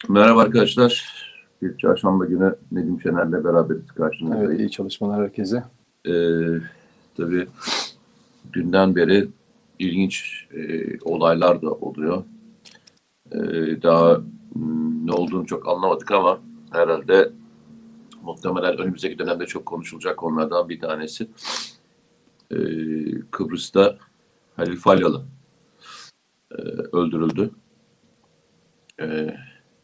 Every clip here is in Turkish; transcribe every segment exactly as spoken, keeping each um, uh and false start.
Merhaba arkadaşlar. Bir çarşamba günü Nedim Şener'le beraberiz karşınızdayız. Evet, iyi çalışmalar herkese. Ee, tabii dünden beri ilginç e, olaylar da oluyor. Ee, daha m, ne olduğunu çok anlamadık ama herhalde muhtemelen önümüzdeki dönemde çok konuşulacak konulardan bir tanesi. Ee, Kıbrıs'ta Halil Falyalı e, öldürüldü. Ee,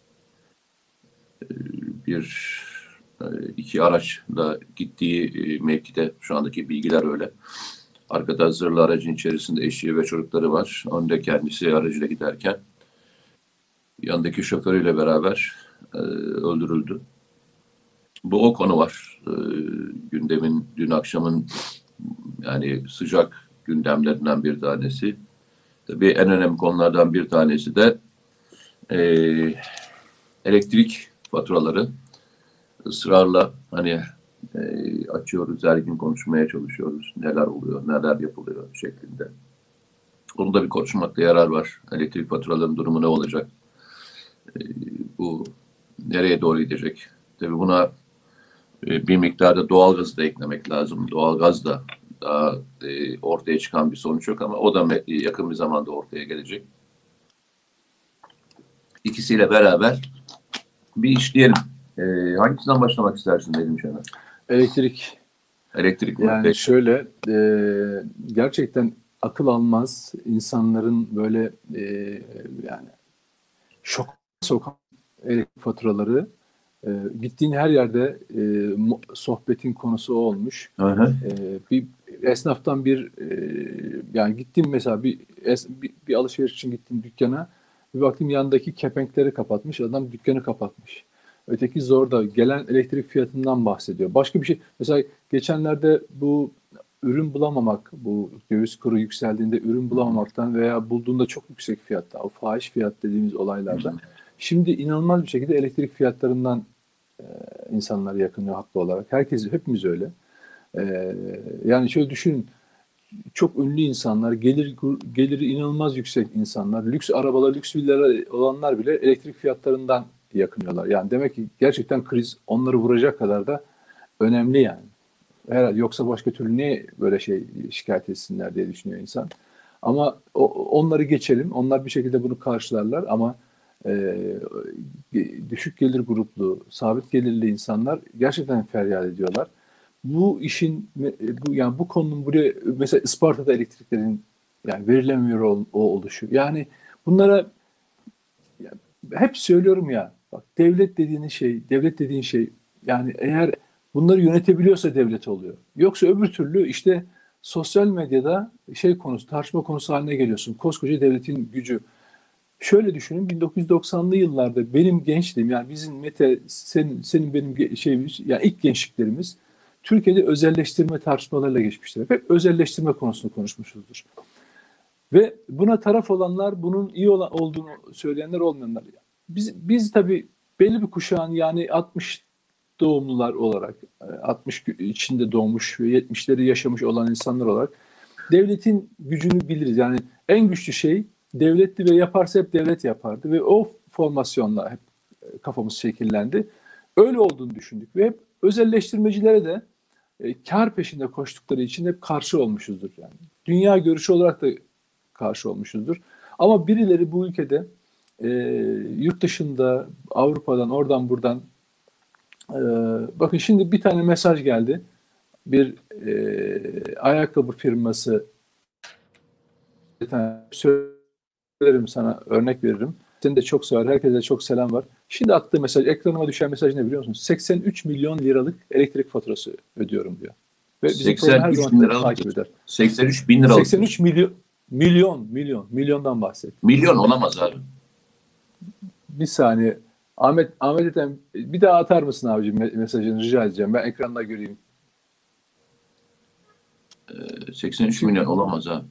bir e, iki araçla gittiği e, mevkide şu andaki bilgiler öyle. Arkada zırhlı aracın içerisinde eşi ve çocukları var. Önde kendisi aracıyla giderken yanındaki şoförüyle beraber e, öldürüldü. Bu o konu var. E, gündemin dün akşamın yani sıcak gündemlerinden bir tanesi. Tabii en önemli konulardan bir tanesi de e, elektrik faturaları. Israrla hani e, açıyoruz, her gün konuşmaya çalışıyoruz. Neler oluyor, neler yapılıyor şeklinde. Bunu da bir konuşmakta yarar var. Elektrik faturalarının durumu ne olacak? E, bu nereye doğru gidecek? Tabii buna e, bir miktarda doğalgazı da eklemek lazım. Doğalgaz da daha e, ortaya çıkan bir sonuç yok ama o da yakın bir zamanda ortaya gelecek. İkisiyle beraber bir işleyelim. E, hangisinden başlamak istersin Nedim Şener? Elektrik, Elektrik mi? yani Peki. şöyle e, gerçekten akıl almaz insanların böyle e, yani şok sokan elektrik faturaları e, gittiğin her yerde e, mu- sohbetin konusu o olmuş. Hı hı. E, bir esnaftan bir e, yani gittim mesela bir, es, bir bir alışveriş için gittim dükkana, bir baktım yanındaki kepenkleri kapatmış, adam dükkanı kapatmış. Öteki zor da gelen elektrik fiyatından bahsediyor. Başka bir şey mesela geçenlerde bu ürün bulamamak, bu döviz kuru yükseldiğinde ürün bulamamaktan veya bulduğunda çok yüksek fiyatta, o fahiş fiyat dediğimiz olaylardan şimdi inanılmaz bir şekilde elektrik fiyatlarından e, insanlar yakınıyor haklı olarak. Herkes, hepimiz öyle. E, yani şöyle düşünün, çok ünlü insanlar, gelir geliri inanılmaz yüksek insanlar, lüks arabalar, lüks villalar olanlar bile elektrik fiyatlarından yakınıyorlar. Yani demek ki gerçekten kriz onları vuracak kadar da önemli yani. Herhalde yoksa başka türlü niye böyle şey şikayet etsinler diye düşünüyor insan. Ama o, onları geçelim. Onlar bir şekilde bunu karşılarlar ama e, düşük gelir gruplu, sabit gelirli insanlar gerçekten feryat ediyorlar. Bu işin bu yani bu konunun buraya mesela Isparta'da elektriklerin yani verilemiyor ol, o oluşu. Yani bunlara ya, hep söylüyorum ya, bak devlet dediğin şey, devlet dediğin şey yani eğer bunları yönetebiliyorsa devlet oluyor. Yoksa öbür türlü işte sosyal medyada şey konusu, tartışma konusu haline geliyorsun. Koskoca devletin gücü. Şöyle düşünün, bin dokuz yüz doksanlı yıllarda benim gençliğim, yani bizim Mete, senin, senin benim şeyimiz, yani ilk gençliklerimiz Türkiye'de özelleştirme tartışmalarıyla geçmiştir. Hep özelleştirme konusunu konuşmuşuzdur. Ve buna taraf olanlar, bunun iyi olan, olduğunu söyleyenler, olmayanlar. Biz, biz tabii belli bir kuşağın, yani altmış doğumlular olarak, altmış içinde doğmuş ve yetmişleri yaşamış olan insanlar olarak devletin gücünü biliriz. Yani en güçlü şey devletti ve yaparsa hep devlet yapardı ve o formasyonla hep kafamız şekillendi. Öyle olduğunu düşündük ve hep özelleştirmecilere de e, kar peşinde koştukları için hep karşı olmuşuzdur yani. Dünya görüşü olarak da karşı olmuşuzdur. Ama birileri bu ülkede e, yurt dışında, Avrupa'dan, oradan buradan e, bakın şimdi bir tane mesaj geldi. Bir e, ayakkabı firması, bir tane söylerim sana, örnek veririm. Seni de çok sever, herkese çok selam var. Şimdi attığı mesaj, ekranıma düşen mesaj ne biliyor musun? seksen üç milyon liralık elektrik faturası ödüyorum diyor. Ve bizim programı her seksen üç zaman bin ta- liralık takip diyorsun. eder. seksen üç bin liralık seksen üç diyorsun. milyon, milyon, milyon, milyondan bahset. Milyon olamaz abi. Bir saniye. Ahmet, Ahmet Ethem, bir daha atar mısın abicim mesajını, rica edeceğim. Ben ekranda göreyim. seksen üç Çünkü milyon olamaz abi.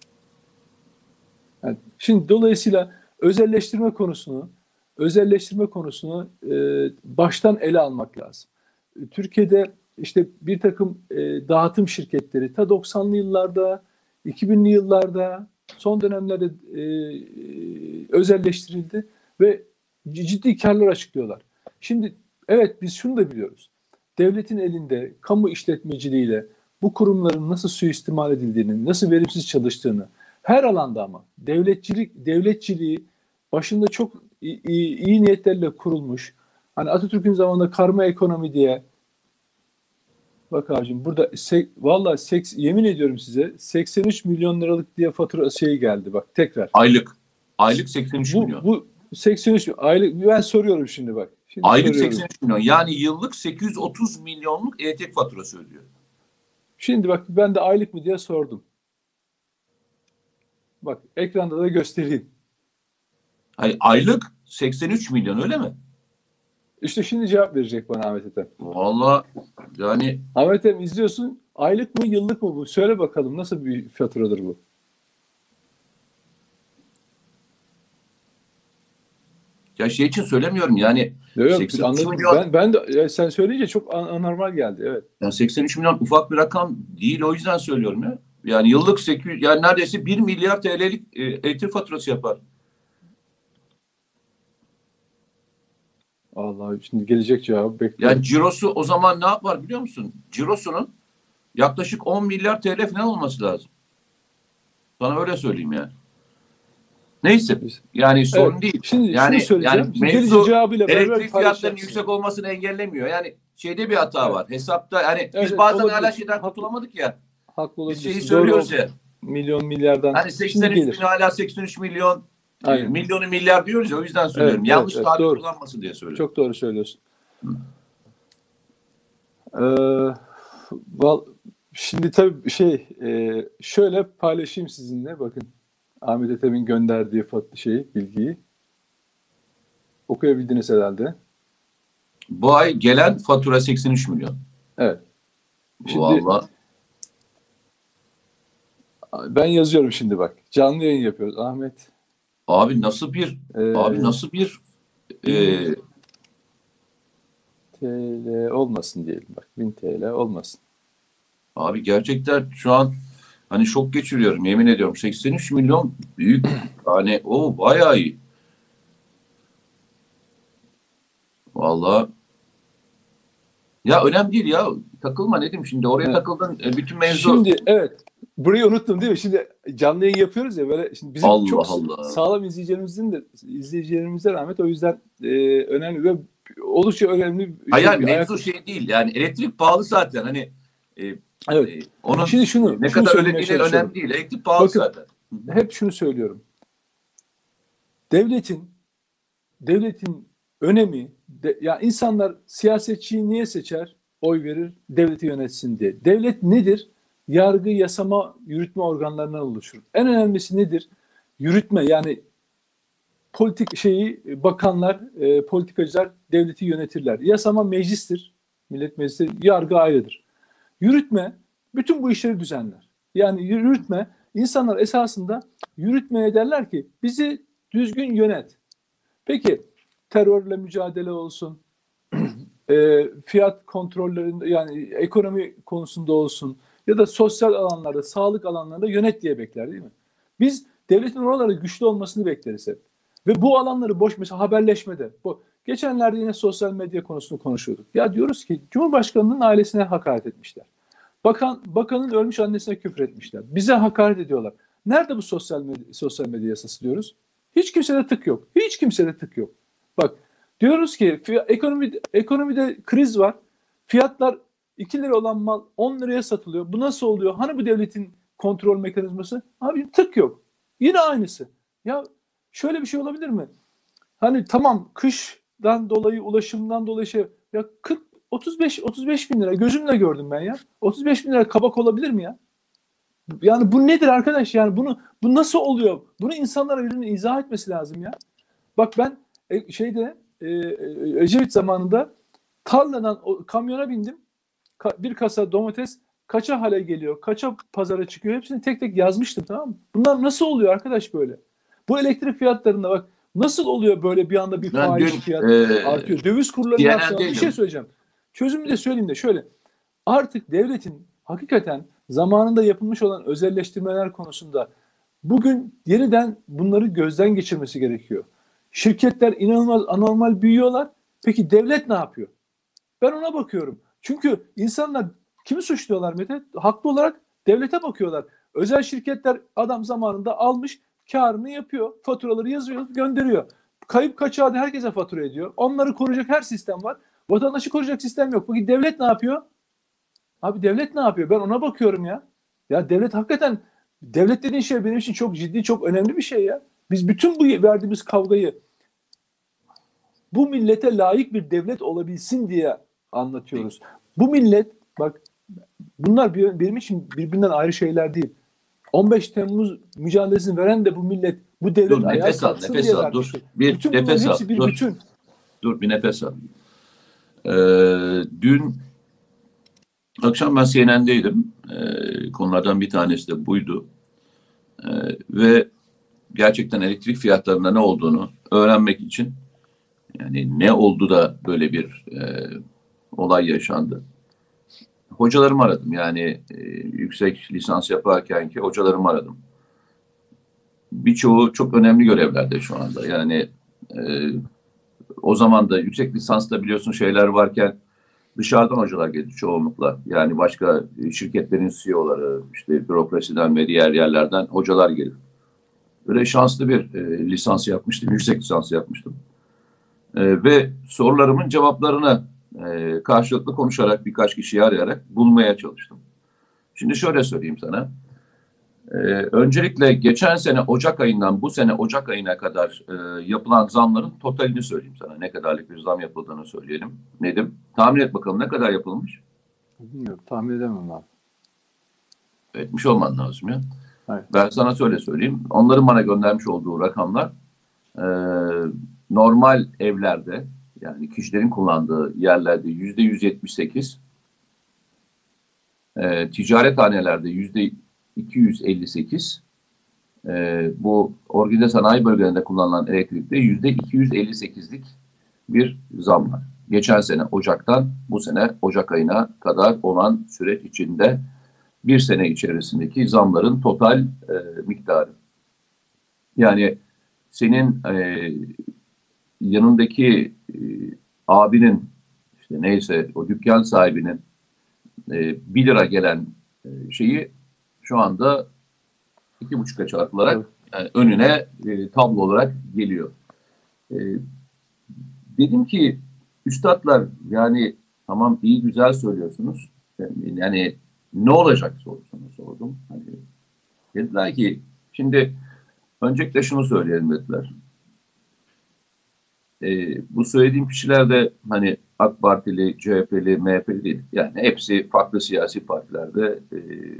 yani şimdi dolayısıyla özelleştirme konusunu özelleştirme konusunu e, baştan ele almak lazım. Türkiye'de işte bir takım e, dağıtım şirketleri ta doksanlı yıllarda, iki binli yıllarda, son dönemlerde e, özelleştirildi ve ciddi karlar açıklıyorlar. Şimdi evet biz şunu da biliyoruz. Devletin elinde kamu işletmeciliğiyle bu kurumların nasıl suistimal edildiğini, nasıl verimsiz çalıştığını her alanda ama devletçilik devletçiliği başında çok iyi, iyi, iyi niyetlerle kurulmuş. Hani Atatürk'ün zamanında karma ekonomi diye bak abicim burada se, vallahi seks, yemin ediyorum size seksen üç milyon liralık diye fatura şey geldi bak tekrar. Aylık. Aylık seksen üç Bu, milyon. bu seksen üç aylık ben soruyorum şimdi bak. Şimdi Aylık soruyorum. seksen üç milyon. Yani yıllık sekiz yüz otuz milyonluk elektrik faturası ödüyor. Şimdi bak ben de aylık mı diye sordum. Bak ekranda da göstereyim. Hayır, aylık seksen üç milyon öyle mi? İşte şimdi cevap verecek bana Ahmet Ethem. Vallahi yani Ahmet Ethem izliyorsun. Aylık mı yıllık mı bu? Söyle bakalım nasıl bir faturadır bu? ya şey için söylemiyorum yani Yok, yok, seksen üç anladım. milyon Ben, ben de ya sen söyleyince çok an- anormal geldi. Evet. yani seksen üç milyon ufak bir rakam değil, o yüzden söylüyorum ya. Yani yıllık sekiz yüz, yani neredeyse bir milyar T L'lik e, elektrik faturası yapar. Allah şimdi gelecek cevabı bekliyorum. Yani cirosu o zaman ne yapar biliyor musun? Cirosunun yaklaşık on milyar T L falan olması lazım. Sana öyle söyleyeyim yani. Neyse. Yani sorun Evet. değil. Şimdi Yani, şunu söyleyeceğim. yani Şimdi mevzu gelecek cevabıyla beraber elektrik fiyatlarının paylaşacaksın. yüksek olmasını engellemiyor. Yani şeyde bir hata Evet. var. Hesapta yani Evet, biz evet, bazen olabilir. hala şeyden Haklı. kurtulamadık ya. Haklı Biz şeyi olabilirsin. söylüyoruz Doğru. ya. Milyon milyardan. Hani Şimdi seksen üç gelir. bin hala seksen üç milyon e, Aynen. milyonu milyar diyoruz ya, o yüzden söylüyorum. Evet, Yanlış evet, evet, tabir doğru. kullanmasın diye söylüyorum. Çok doğru söylüyorsun. Ee, val- şimdi tabii şey e, şöyle paylaşayım sizinle bakın. Ahmet Ethem'in gönderdiği fat- şeyi, bilgiyi. Okuyabildiniz herhalde. Bu ay gelen fatura seksen üç milyon. Evet. Şimdi Vallahi ben yazıyorum şimdi bak. Canlı yayın yapıyoruz. Ahmet abi nasıl bir e, abi nasıl bir e, T L olmasın diyelim bak. bin T L olmasın. abi gerçekten şu an hani şok geçiriyorum, yemin ediyorum. seksen üç milyon büyük, hani o bayağı iyi. Vallahi ya önemli değil ya, takılma Nedim, şimdi oraya Evet. takıldın, e, bütün mevzu. Şimdi evet. Burayı unuttum değil mi? Şimdi canlı yayın yapıyoruz ya böyle. Şimdi bizim Allah çok Allah. sağlam izleyicilerimizin de izleyicilerimize rahmet, o yüzden e, önemli ve oldukça önemli bir Hayır şey, bir mevzu ayak- şey değil yani, elektrik pahalı zaten, hani e, Evet. e, onun Şimdi şunu- ne şunu kadar söylemeye ödediğine çalışıyorum. önemli değil, elektrik pahalı Bakın, zaten. Hep şunu söylüyorum. Devletin devletin önemi de, ya insanlar siyasetçiyi niye seçer? Oy verir, devleti yönetsin diye. Devlet nedir? Yargı, yasama, yürütme organlarından oluşur. En önemlisi nedir? Yürütme, yani politik şeyi bakanlar, e, politikacılar devleti yönetirler. Yasama meclistir. Millet Meclisi, yargı ayrıdır. Yürütme bütün bu işleri düzenler. Yani yürütme, insanlar esasında yürütmeye derler ki bizi düzgün yönet. Peki terörle mücadele olsun, e, fiyat kontrollerinde, yani ekonomi konusunda olsun ya da sosyal alanlarda, sağlık alanlarında yönet diye bekler değil mi? Biz devletin oralarda güçlü olmasını bekleriz hep. Ve bu alanları boş, mesela haberleşmede. Bu, geçenlerde yine sosyal medya konusunu konuşuyorduk. Ya diyoruz ki Cumhurbaşkanı'nın ailesine hakaret etmişler. Bakan, bakanın ölmüş annesine küfür etmişler. Bize hakaret ediyorlar. Nerede bu sosyal medya, sosyal medya yasası diyoruz? Hiç kimsede tık yok. Hiç kimsede tık yok. Bak diyoruz ki ekonomi, ekonomide kriz var. Fiyatlar iki lira olan mal on liraya satılıyor. Bu nasıl oluyor? Hani bu devletin kontrol mekanizması? Abi tık yok. Yine aynısı. Ya şöyle bir şey olabilir mi? Hani tamam kıştan dolayı, ulaşımdan dolayı şey, ya kırk otuz beş otuz beş bin lira gözümle gördüm ben ya. otuz beş bin lira kabak olabilir mi ya? Yani bu nedir arkadaş? Yani bunu bu nasıl oluyor? Bunu insanlara birinin izah etmesi lazım ya. Bak ben e, şeyde e, e, Ecevit zamanında tarladan o, kamyona bindim. Ka- bir kasa domates kaça hale geliyor, kaça pazara çıkıyor, hepsini tek tek yazmıştım, tamam mı? Bunlar nasıl oluyor arkadaş böyle? Bu elektrik fiyatlarında bak nasıl oluyor böyle bir anda bir Ben dün fahiş fiyat e, artıyor. Döviz kurlarının C N artıyor. Bir N'deydim. şey söyleyeceğim. Çözümü de söyleyeyim de şöyle. Artık devletin hakikaten zamanında yapılmış olan özelleştirmeler konusunda bugün yeniden bunları gözden geçirmesi gerekiyor. Şirketler inanılmaz anormal büyüyorlar. Peki devlet ne yapıyor? Ben ona bakıyorum. Çünkü insanlar kimi suçluyorlar Mete? Haklı olarak devlete bakıyorlar. Özel şirketler adam zamanında almış, karını yapıyor, faturaları yazıyor, gönderiyor. Kayıp kaçağı da herkese fatura ediyor. Onları koruyacak her sistem var. Vatandaşı koruyacak sistem yok. Peki devlet ne yapıyor? Abi devlet ne yapıyor? Ben ona bakıyorum ya. Ya devlet hakikaten, devlet dediğin şey benim için çok ciddi, çok önemli bir şey ya. Biz bütün bu verdiğimiz kavgayı bu millete layık bir devlet olabilsin diye anlatıyoruz. Bu millet, bak, bunlar benim için birbirinden ayrı şeyler değil. on beş Temmuz mücadelesini veren de bu millet, bu devlet Dur, ayağa nefes al, kalksın nefes diye al, dur. vermiştir. Bir Bütün bunların nefes al, hepsi bir dur. bütün. Dur, bir nefes al. Ee, dün akşam ben C N N'deydim. Ee, konulardan bir tanesi de buydu. Ee, ve gerçekten elektrik fiyatlarında ne olduğunu öğrenmek için, yani ne oldu da böyle bir e, olay yaşandı. Hocalarımı aradım. Yani e, yüksek lisans yaparken ki hocalarımı aradım. Birçoğu çok önemli görevlerde şu anda. Yani e, o zaman da yüksek lisansta biliyorsun şeyler varken dışarıdan hocalar geldi çoğunlukla. Yani başka şirketlerin C E O'ları, işte bürokrasiden ve diğer yerlerden hocalar gelir. Böyle şanslı bir e, lisans yapmıştım, yüksek lisans yapmıştım. E, ve sorularımın cevaplarını e, karşılıklı konuşarak, birkaç kişiyi arayarak bulmaya çalıştım. Şimdi şöyle söyleyeyim sana. Ee, öncelikle geçen sene Ocak ayından bu sene Ocak ayına kadar e, yapılan zamların totalini söyleyeyim sana. Ne kadarlık bir zam yapıldığını söyleyelim. Nedim? Tahmin et bakalım ne kadar yapılmış? Bilmiyorum, tahmin edemem abi. Etmiş olman lazım ya. Evet. Ben sana söyle söyleyeyim. Onların bana göndermiş olduğu rakamlar e, normal evlerde, yani kişilerin kullandığı yerlerde yüzde yüz yetmiş sekiz, e, ticarethanelerde yüzde iki yüz elli sekiz, e, bu organize sanayi bölgelerinde kullanılan elektrikte yüzde iki yüz elli sekizlik bir zam var. Geçen sene Ocak'tan bu sene Ocak ayına kadar olan süreç içinde bir sene içerisindeki zamların total e, miktarı. Yani senin e, yanındaki e, abinin, işte neyse o dükkan sahibinin e, bir lira gelen e, şeyi şu anda iki buçuka çarpılarak yani önüne e, tablo olarak geliyor. E, dedim ki üstadlar, yani tamam iyi güzel söylüyorsunuz. Yani ne olacak sorusunu sordum. Hani dediler ki şimdi öncelikle şunu söyleyelim dediler. E, bu söylediğim kişiler de hani AK Partili, C H P'li, M H P'li değil. Yani hepsi farklı siyasi partilerde e,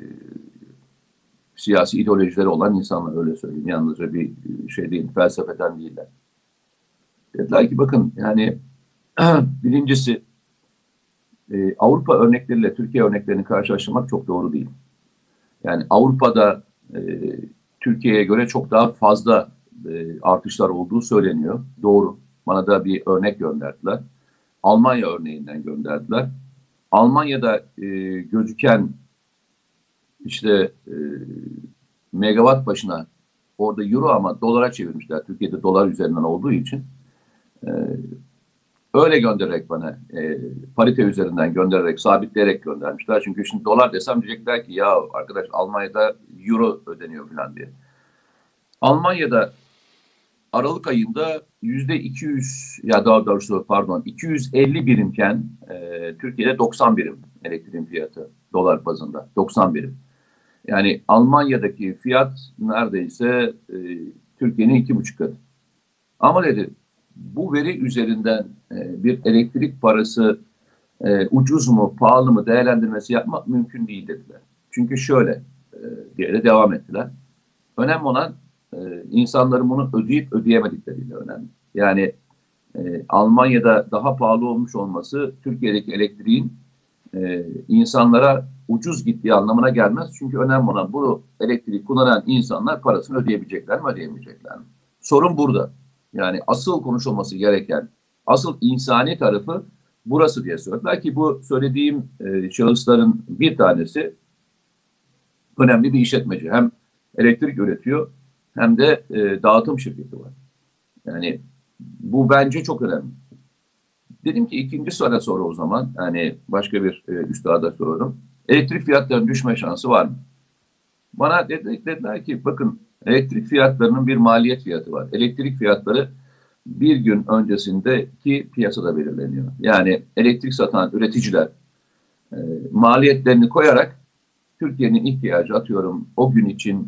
siyasi ideolojileri olan insanlar, öyle söyleyeyim. Yalnızca bir şey değil, felsefeden değiller. Dediler ki bakın yani birincisi e, Avrupa örnekleriyle Türkiye örneklerini karşılaştırmak çok doğru değil. Yani Avrupa'da e, Türkiye'ye göre çok daha fazla e, artışlar olduğu söyleniyor. Doğru. Bana da bir örnek gönderdiler. Almanya örneğinden gönderdiler. Almanya'da e, gözüken işte e, megawatt başına orada euro ama dolara çevirmişler. Türkiye'de dolar üzerinden olduğu için e, öyle göndererek bana e, parite üzerinden göndererek, sabitleyerek göndermişler. Çünkü şimdi dolar desem diyecekler ki ya arkadaş Almanya'da euro ödeniyor falan diye. Almanya'da Aralık ayında yüzde iki yüz, ya daha doğrusu pardon iki yüz elli birimken e, Türkiye'de doksan birim elektriğin fiyatı dolar bazında, doksan birim. Yani Almanya'daki fiyat neredeyse e, Türkiye'nin iki buçuk katı. Ama dedi bu veri üzerinden e, bir elektrik parası e, ucuz mu pahalı mı değerlendirmesi yapmak mümkün değil dediler. Çünkü şöyle e, diye de devam ettiler. Önemli olan e, insanların bunu ödeyip ödeyemedikleriyle önemli. Yani e, Almanya'da daha pahalı olmuş olması Türkiye'deki elektriğin e, insanlara ucuz gittiği anlamına gelmez. Çünkü önemli olan bu elektriği kullanan insanlar parasını ödeyebilecekler mi, ödeyemeyecekler mi? Sorun burada. Yani asıl konuşulması gereken, asıl insani tarafı burası diye söylediler ki bu söylediğim e, şahısların bir tanesi önemli bir işletmeci. Hem elektrik üretiyor hem de e, dağıtım şirketi var. Yani Bu bence çok önemli. Dedim ki ikinci soru soru o zaman. Yani başka bir e, üstada sorarım. Elektrik fiyatlarının düşme şansı var mı? Bana dedi, dediler ki bakın elektrik fiyatlarının bir maliyet fiyatı var. Elektrik fiyatları bir gün öncesindeki piyasada belirleniyor. Yani elektrik satan üreticiler e, maliyetlerini koyarak Türkiye'nin ihtiyacı atıyorum o gün için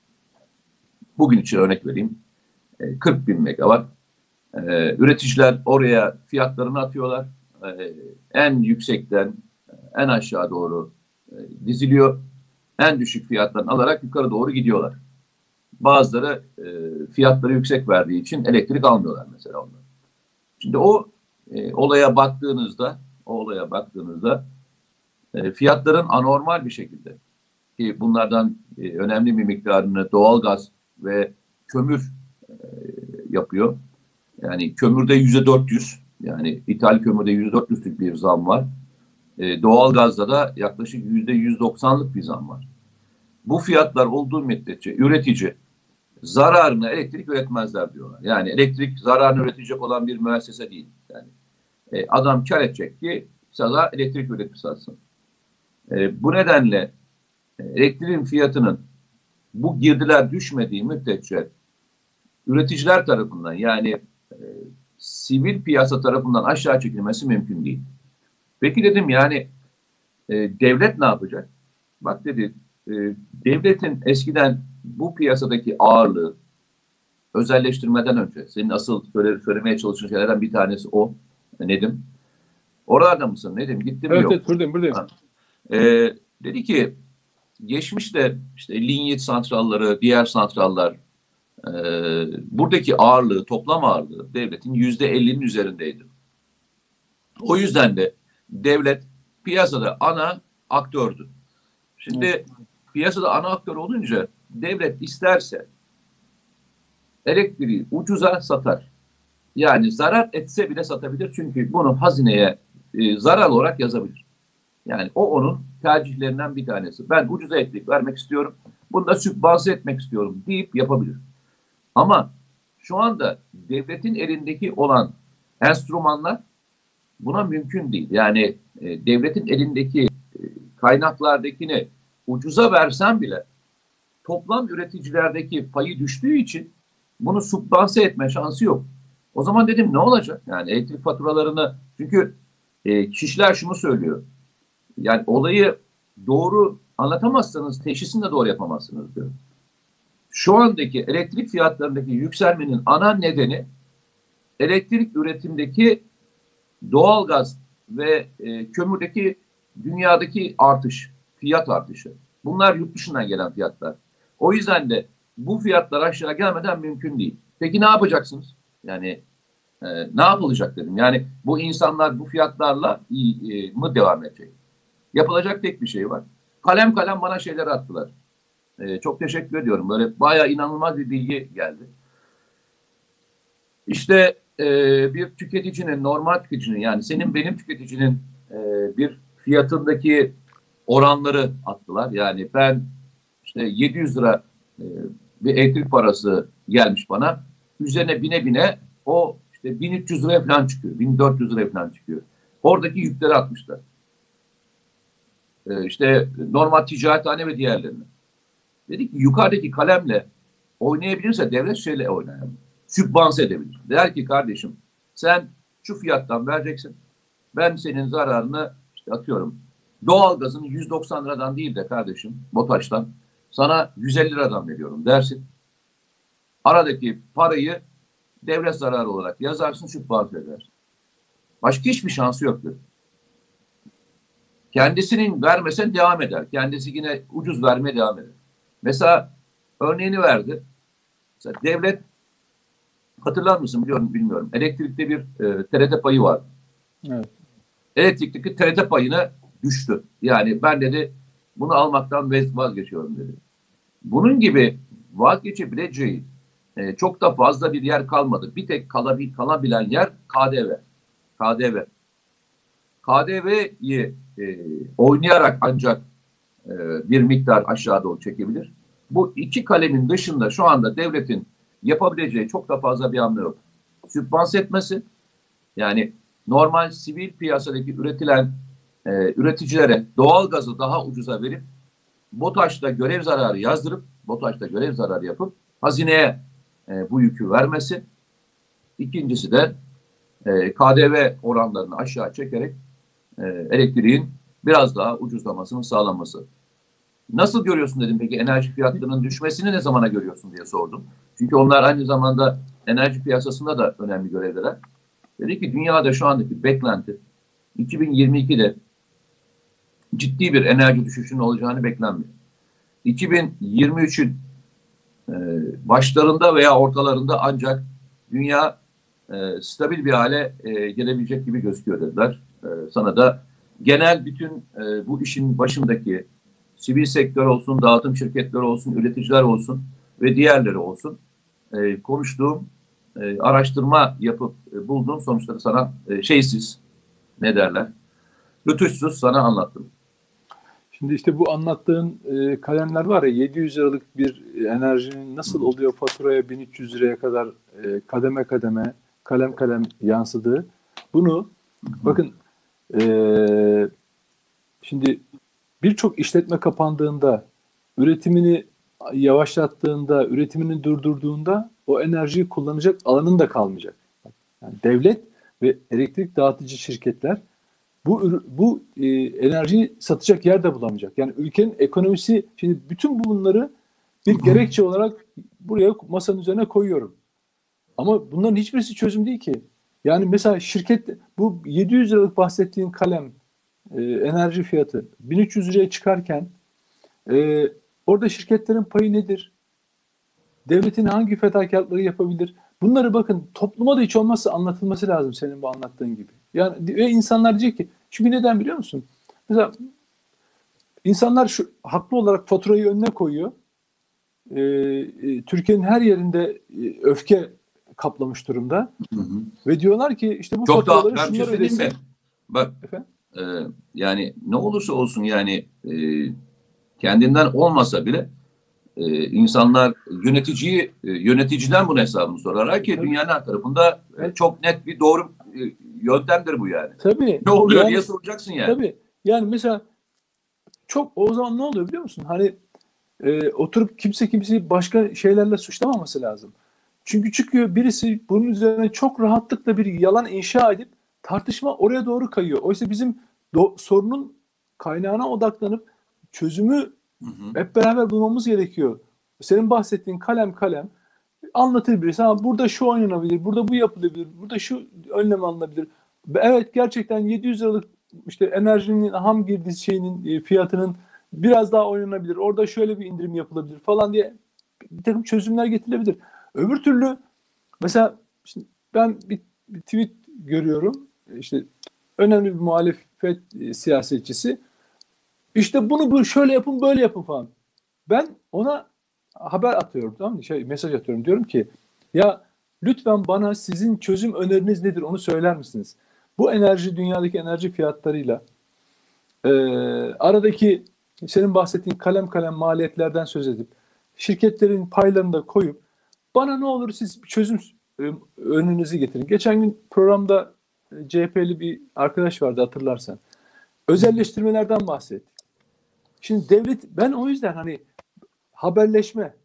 bugün için örnek vereyim e, kırk bin megawatt. E, üreticiler oraya fiyatlarını atıyorlar. E, en yüksekten en aşağı doğru e, diziliyor. En düşük fiyattan alarak yukarı doğru gidiyorlar. Bazıları e, fiyatları yüksek verdiği için elektrik almıyorlar mesela onlar. Şimdi o e, olaya baktığınızda, o olaya baktığınızda e, fiyatların anormal bir şekilde ki bunlardan e, önemli bir miktarını doğalgaz ve kömür e, yapıyor. Yani kömürde yüzde dört yüz, yani ithal kömürde yüzde dört yüzlük bir zam var. E, doğalgazda da yaklaşık yüzde yüz doksanlık bir zam var. Bu fiyatlar olduğu müddetçe üretici zararına elektrik üretmezler diyorlar. Yani elektrik zararını üretecek olan bir müessese değil. Yani e, adam kar edecek ki sana elektrik üretip satsın. E, bu nedenle e, elektriğin fiyatının bu girdiler düşmediği müddetçe üreticiler tarafından yani e, sivil piyasa tarafından aşağı çekilmesi mümkün değil. Peki dedim yani e, devlet ne yapacak? Bak dedi e, devletin eskiden bu piyasadaki ağırlığı özelleştirmeden önce senin asıl söyle, söylemeye çalıştığın şeylerden bir tanesi o. Nedim. Oralarda mısın Nedim? Gittim mi Evet, yok? evet, buradayım, buradayım. Ha. E, dedi ki geçmişte işte linyit santralları, diğer santrallar e, buradaki ağırlığı, toplam ağırlığı devletin yüzde ellinin üzerindeydi. O yüzden de devlet piyasada ana aktördü. Şimdi evet. Piyasada ana aktör olunca devlet isterse elektriği ucuza satar. Yani zarar etse bile satabilir. Çünkü bunu hazineye e, zarar olarak yazabilir. Yani o onun tercihlerinden bir tanesi. Ben ucuza elektrik vermek istiyorum. Bunu da sübvanse etmek istiyorum deyip yapabilir. Ama şu anda devletin elindeki olan enstrümanlar buna mümkün değil. Yani e, devletin elindeki e, kaynaklardakini ucuza versen bile toplam üreticilerdeki payı düştüğü için bunu subvanse etme şansı yok. O zaman dedim ne olacak? Yani elektrik faturalarını çünkü e, kişiler şunu söylüyor. Yani olayı doğru anlatamazsanız teşhisini de doğru yapamazsınız diyor. Şu andaki elektrik fiyatlarındaki yükselmenin ana nedeni elektrik üretimdeki doğalgaz ve e, kömürdeki dünyadaki artış, fiyat artışı. Bunlar yurt dışından gelen fiyatlar. O yüzden de bu fiyatlar aşağı gelmeden mümkün değil. Peki ne yapacaksınız? Yani e, ne yapılacak dedim. Yani bu insanlar bu fiyatlarla e, mı devam edecek? Yapılacak tek bir şey var. Kalem kalem bana şeyler attılar. E, çok teşekkür ediyorum. Böyle bayağı inanılmaz bir bilgi geldi. İşte e, bir tüketicinin, normal tüketicinin yani senin benim tüketicinin e, bir fiyatındaki oranları attılar. Yani ben işte yedi yüz lira e, bir elektrik parası gelmiş bana. Üzerine bine bine o işte bin üç yüz liraya falan çıkıyor. bin dört yüz liraya falan çıkıyor. Oradaki yükleri atmışlar. E, işte normal ticarethane ve diğerlerini. Dedik ki yukarıdaki kalemle oynayabilirse devlet şeyle oynayalım. Sübvanse edebilir. Der ki kardeşim sen şu fiyattan vereceksin. Ben senin zararını işte atıyorum doğalgazın yüz doksan liradan değil de kardeşim BOTAŞ'tan sana yüz elli liradan veriyorum dersin. Aradaki parayı devlet zararı olarak yazarsın sübvanse edersin. Başka hiçbir şansı yoktur. Kendisinin vermesen devam eder. Kendisi yine ucuz vermeye devam eder. Mesela örneğini verdi. Mesela devlet hatırlar mısın biliyorum bilmiyorum. Elektrikte bir e, T R T payı var. Evet. Elektrikteki T R T payına düştü. Yani ben dedi bunu almaktan vazgeçiyorum dedi. Bunun gibi vazgeçebileceği e, çok da fazla bir yer kalmadı. Bir tek kalabil, kalabilen yer K D V. K D V. K D V'yi e, oynayarak ancak e, bir miktar aşağı doğru çekebilir. Bu iki kalemin dışında şu anda devletin yapabileceği çok da fazla bir hamle yok. sübvanse etmesi, yani normal sivil piyasadaki üretilen e, üreticilere doğal gazı daha ucuza verip BOTAŞ'ta görev zararı yazdırıp BOTAŞ'ta görev zararı yapıp hazineye e, bu yükü vermesi. İkincisi de e, K D V oranlarını aşağı çekerek e, elektriğin biraz daha ucuzlamasının sağlanması. Nasıl görüyorsun dedim peki, enerji fiyatlarının düşmesini ne zamana görüyorsun diye sordum. Çünkü onlar aynı zamanda enerji piyasasında da önemli görevliler. Dedi ki dünyada şu andaki beklenti iki bin yirmi ikide ciddi bir enerji düşüşünün olacağını beklenmiyor. iki bin yirmi üçün e, başlarında veya ortalarında ancak dünya e, stabil bir hale e, gelebilecek gibi gözüküyor dediler. E, sana da genel bütün e, bu işin başındaki sivil sektör olsun, dağıtım şirketleri olsun, üreticiler olsun ve diğerleri olsun e, konuştuğum, e, araştırma yapıp e, bulduğum sonuçları sana e, şeysiz, ne derler, rütuşsuz sana anlattım. Şimdi işte bu anlattığın e, kalemler var ya, yedi yüz liralık bir enerjinin nasıl oluyor faturaya bin üç yüz liraya kadar e, kademe kademe, kalem kalem yansıdığı. Bunu bakın, e, şimdi birçok işletme kapandığında, üretimini yavaşlattığında, üretimini durdurduğunda o enerjiyi kullanacak alanın da kalmayacak. Yani devlet ve elektrik dağıtıcı şirketler bu bu e, enerjiyi satacak yer de bulamayacak. Yani ülkenin ekonomisi, şimdi bütün bunları bir gerekçe olarak buraya masanın üzerine koyuyorum. Ama bunların hiçbirisi çözüm değil ki. Yani mesela şirket, bu yedi yüz liralık bahsettiğin kalem e, enerji fiyatı bin üç yüz liraya çıkarken e, orada şirketlerin payı nedir? Devletin hangi fedakarlıkları yapabilir? Bunları bakın, topluma da hiç olmazsa anlatılması lazım senin bu anlattığın gibi. Yani ve insanlar diyecek ki, çünkü neden biliyor musun? Mesela insanlar şu haklı olarak faturayı önüne koyuyor. Ee, e, Türkiye'nin her yerinde e, öfke kaplamış durumda. Hı hı. Ve diyorlar ki işte bu çok faturaları daha, şunlar şey ödesin. mi? Bak, e, yani ne olursa olsun yani e, kendinden olmasa bile e, insanlar yöneticiyi e, yöneticiden bunun hesabını sorarak ki Tabii. Dünyanın her tarafında e, çok net bir doğru e, yöntemdir bu yani. Tabii. Ne oluyor yani, diye soracaksın yani. Tabii. Yani mesela çok, o zaman ne oluyor biliyor musun? Hani e, oturup kimse kimseyi başka şeylerle suçlamaması lazım. Çünkü çıkıyor birisi bunun üzerine çok rahatlıkla bir yalan inşa edip tartışma oraya doğru kayıyor. Oysa bizim do- sorunun kaynağına odaklanıp çözümü hı hı. hep beraber bulmamız gerekiyor. Senin bahsettiğin kalem kalem anlatır birisi. Ha, burada şu oynanabilir, burada bu yapılabilir, burada şu önlem alınabilir. Evet, gerçekten yedi yüz liralık işte enerjinin ham girdi şeyinin fiyatının biraz daha oynanabilir. Orada şöyle bir indirim yapılabilir falan diye bir takım çözümler getirilebilir. Öbür türlü mesela şimdi ben bir, bir tweet görüyorum. İşte önemli bir muhalefet e, siyasetçisi. İşte bunu bu şöyle yapın, böyle yapın falan. Ben ona haber atıyorum, tamam mı? Şey, mesaj atıyorum. Diyorum ki ya lütfen bana sizin çözüm öneriniz nedir onu söyler misiniz? Bu enerji, dünyadaki enerji fiyatlarıyla e, aradaki senin bahsettiğin kalem kalem maliyetlerden söz edip şirketlerin paylarını da koyup bana ne olur siz çözüm e, önünüzü getirin. Geçen gün programda e, C H P'li bir arkadaş vardı, hatırlarsan. Özelleştirmelerden bahsettik. Şimdi devlet, ben o yüzden hani haberleşme,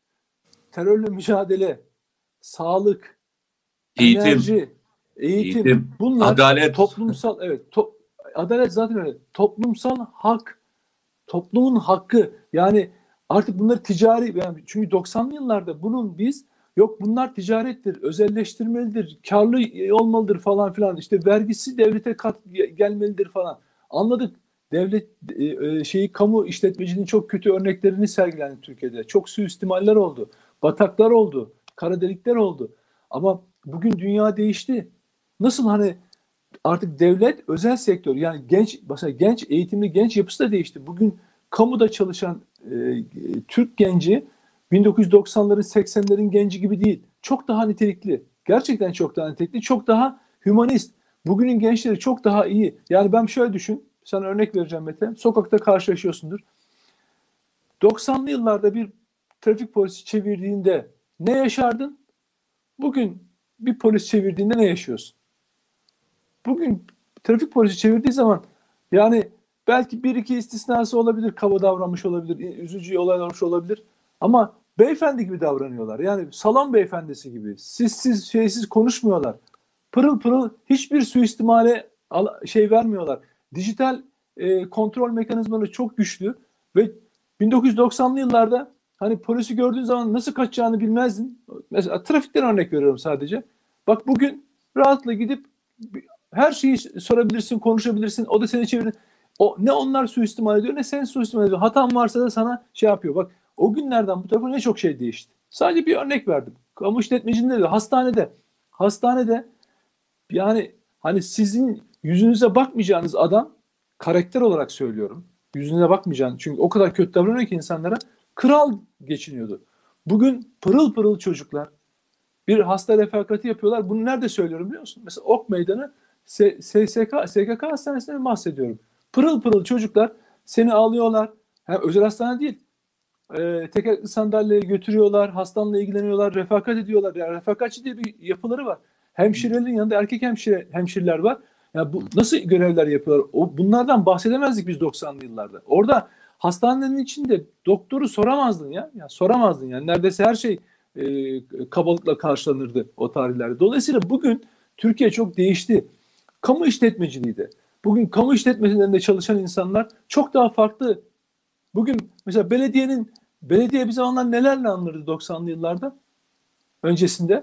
terörle mücadele, sağlık, Eğitim, enerji, eğitim, eğitim, bunlar adalet. toplumsal, evet, to, adalet zaten öyle. Toplumsal hak, toplumun hakkı. Yani artık bunları ticari, yani çünkü doksanlı yıllarda bunun biz yok bunlar ticarettir, özelleştirmelidir, karlı olmalıdır falan filan, işte vergisi devlete kat gelmelidir falan. Anladık. Devlet e, şeyi, kamu işletmeciliğinin çok kötü örneklerini sergilendi Türkiye'de. Çok suistimaller oldu. Bataklar oldu. Kara delikler oldu. Ama bugün dünya değişti. Nasıl hani artık devlet, özel sektör, yani genç, mesela genç eğitimli genç yapısı da değişti. Bugün kamuda çalışan e, Türk genci bin dokuz yüz doksanların seksenlerin genci gibi değil. Çok daha nitelikli. Gerçekten çok daha nitelikli. Çok daha hümanist. Bugünün gençleri çok daha iyi. Yani ben şöyle düşün. Sana örnek vereceğim Mete. Sokakta karşılaşıyorsundur. doksanlı yıllarda bir trafik polisi çevirdiğinde ne yaşardın? Bugün bir polis çevirdiğinde ne yaşıyorsun? Bugün trafik polisi çevirdiği zaman yani belki bir iki istisnası olabilir, kaba davranmış olabilir, üzücü olaylar olmuş olabilir. Ama beyefendi gibi davranıyorlar. Yani salon beyefendisi gibi. Sizsiz, şeysiz konuşmuyorlar. Pırıl pırıl, hiçbir suistimale şey vermiyorlar. Dijital e, kontrol mekanizmaları çok güçlü ve bin dokuz yüz doksanlı yıllarda hani polisi gördüğün zaman nasıl kaçacağını bilmezdin. Mesela trafikten örnek veriyorum sadece. Bak bugün rahatla gidip her şeyi sorabilirsin, konuşabilirsin. O da seni çevirir. O, ne onlar suistimal ediyor ne sen suistimal ediyor. Hatan varsa da sana şey yapıyor. Bak o günlerden bu tarafa ne çok şey değişti. Sadece bir örnek verdim. Kamu işletmecinde de hastanede hastanede yani hani sizin yüzünüze bakmayacağınız adam, karakter olarak söylüyorum. Yüzüne bakmayacaksın. Çünkü o kadar kötü davranıyor ki insanlara. Kral geçiniyordu. Bugün pırıl pırıl çocuklar bir hasta refakati yapıyorlar. Bunu nerede söylüyorum biliyor musun? Mesela Ok Meydanı S S K, S K K hastanesinden bahsediyorum. Pırıl pırıl çocuklar seni alıyorlar. Hem özel hastane değil. E, tekerlekli sandalyeye götürüyorlar. Hastanla ilgileniyorlar. Refakat ediyorlar. Yani refakatçi diye bir yapıları var. Hemşirelerin yanında erkek hemşire, hemşireler var. Yani bu nasıl görevler yapıyorlar? O, bunlardan bahsedemezdik biz doksanlı yıllarda. Orada hastanenin içinde doktoru soramazdın ya. Ya soramazdın yani. Neredeyse her şey e, kabalıkla karşılanırdı o tarihlerde. Dolayısıyla bugün Türkiye çok değişti. Kamu işletmeciliği de. Bugün kamu işletmelerinde çalışan insanlar çok daha farklı. Bugün mesela belediyenin belediye bir zamanlar nelerle anılırdı doksanlı yıllarda öncesinde.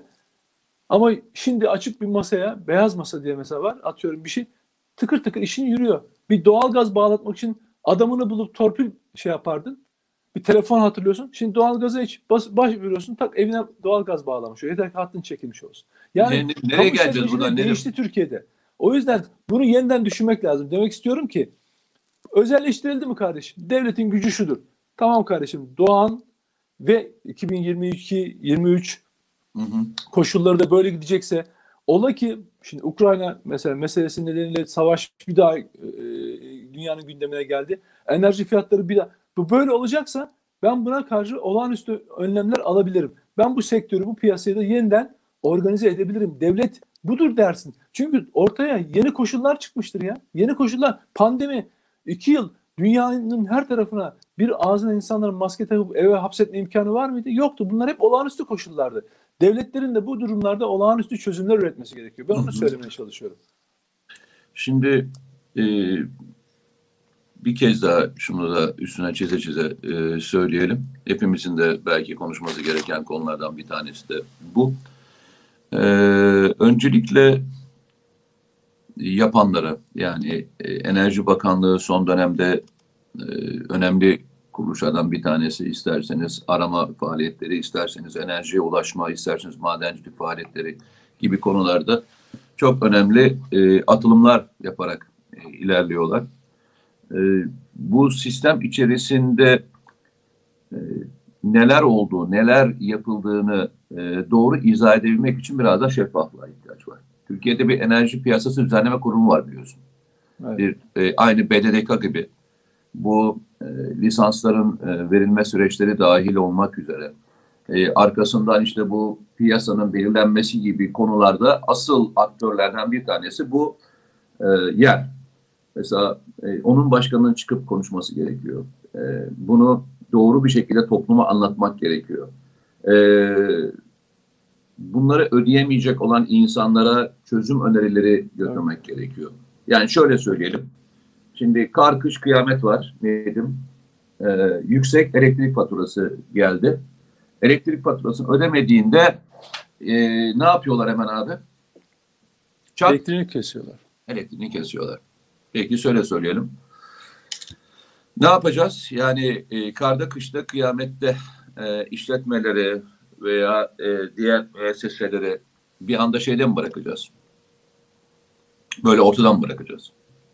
Ama şimdi açık bir masaya, beyaz masa diye mesela var, atıyorum bir şey, tıkır tıkır işin yürüyor. Bir doğalgaz bağlatmak için adamını bulup torpil şey yapardın. Bir telefon hatırlıyorsun. Şimdi doğalgaza hiç bas, baş veriyorsun, tak evine doğalgaz bağlamış oluyor. Yeter ki hattın çekilmiş olsun. Yani Ne- nereye kamu geleceğiz buradan işletmeciliği Nedim? değişti Türkiye'de. O yüzden bunu yeniden düşünmek lazım. Demek istiyorum ki özelleştirildi mi kardeşim? Devletin gücü şudur. Tamam kardeşim, Doğan ve iki bin yirmi iki yirmi üç Hı hı. koşulları da böyle gidecekse, ola ki şimdi Ukrayna mesela meselesi nedeniyle savaş bir daha e, dünyanın gündemine geldi. Enerji fiyatları bir daha, bu böyle olacaksa ben buna karşı olağanüstü önlemler alabilirim. Ben bu sektörü, bu piyasayı da yeniden organize edebilirim. Devlet budur dersin. Çünkü ortaya yeni koşullar çıkmıştır ya. Yeni koşullar, pandemi, iki yıl dünyanın her tarafına bir ağzına insanların maske takıp eve hapsetme imkanı var mıydı? Yoktu. Bunlar hep olağanüstü koşullardı. Devletlerin de bu durumlarda olağanüstü çözümler üretmesi gerekiyor. Ben Hı onu hı. söylemeye çalışıyorum. Şimdi e, bir kez daha şunu da üstüne çize çize e, söyleyelim. Hepimizin de belki konuşması gereken konulardan bir tanesi de bu. E, öncelikle yapanlara, yani e, Enerji Bakanlığı son dönemde e, önemli kuruluşlardan bir tanesi, isterseniz arama faaliyetleri, isterseniz enerjiye ulaşma, isterseniz madencilik faaliyetleri gibi konularda çok önemli e, atılımlar yaparak e, ilerliyorlar. E, bu sistem içerisinde e, neler olduğu, neler yapıldığını e, doğru izah edebilmek için biraz da şeffaflığa ihtiyaç var. Türkiye'de bir enerji piyasası düzenleme kurumu var biliyorsun. Evet. Bir e, aynı B D D K gibi bu e, lisansların e, verilme süreçleri dahil olmak üzere e, arkasından işte bu piyasanın belirlenmesi gibi konularda asıl aktörlerden bir tanesi bu e, yer. Mesela e, onun başkanının çıkıp konuşması gerekiyor. E, bunu doğru bir şekilde topluma anlatmak gerekiyor. E, bunları ödeyemeyecek olan insanlara çözüm önerileri götürmek evet. gerekiyor. Yani şöyle söyleyelim. Şimdi kar, kış, kıyamet var Nedim. Ee, yüksek elektrik faturası geldi. Elektrik faturasını ödemediğinde e, ne yapıyorlar hemen abi? Çat, elektriğini kesiyorlar. Elektriğini kesiyorlar. Peki şöyle söyleyelim. Ne yapacağız? Yani e, karda, kışta, kıyamette e, işletmeleri veya e, diğer müesseseleri bir anda şeyden mi bırakacağız? Böyle ortadan mı bırakacağız?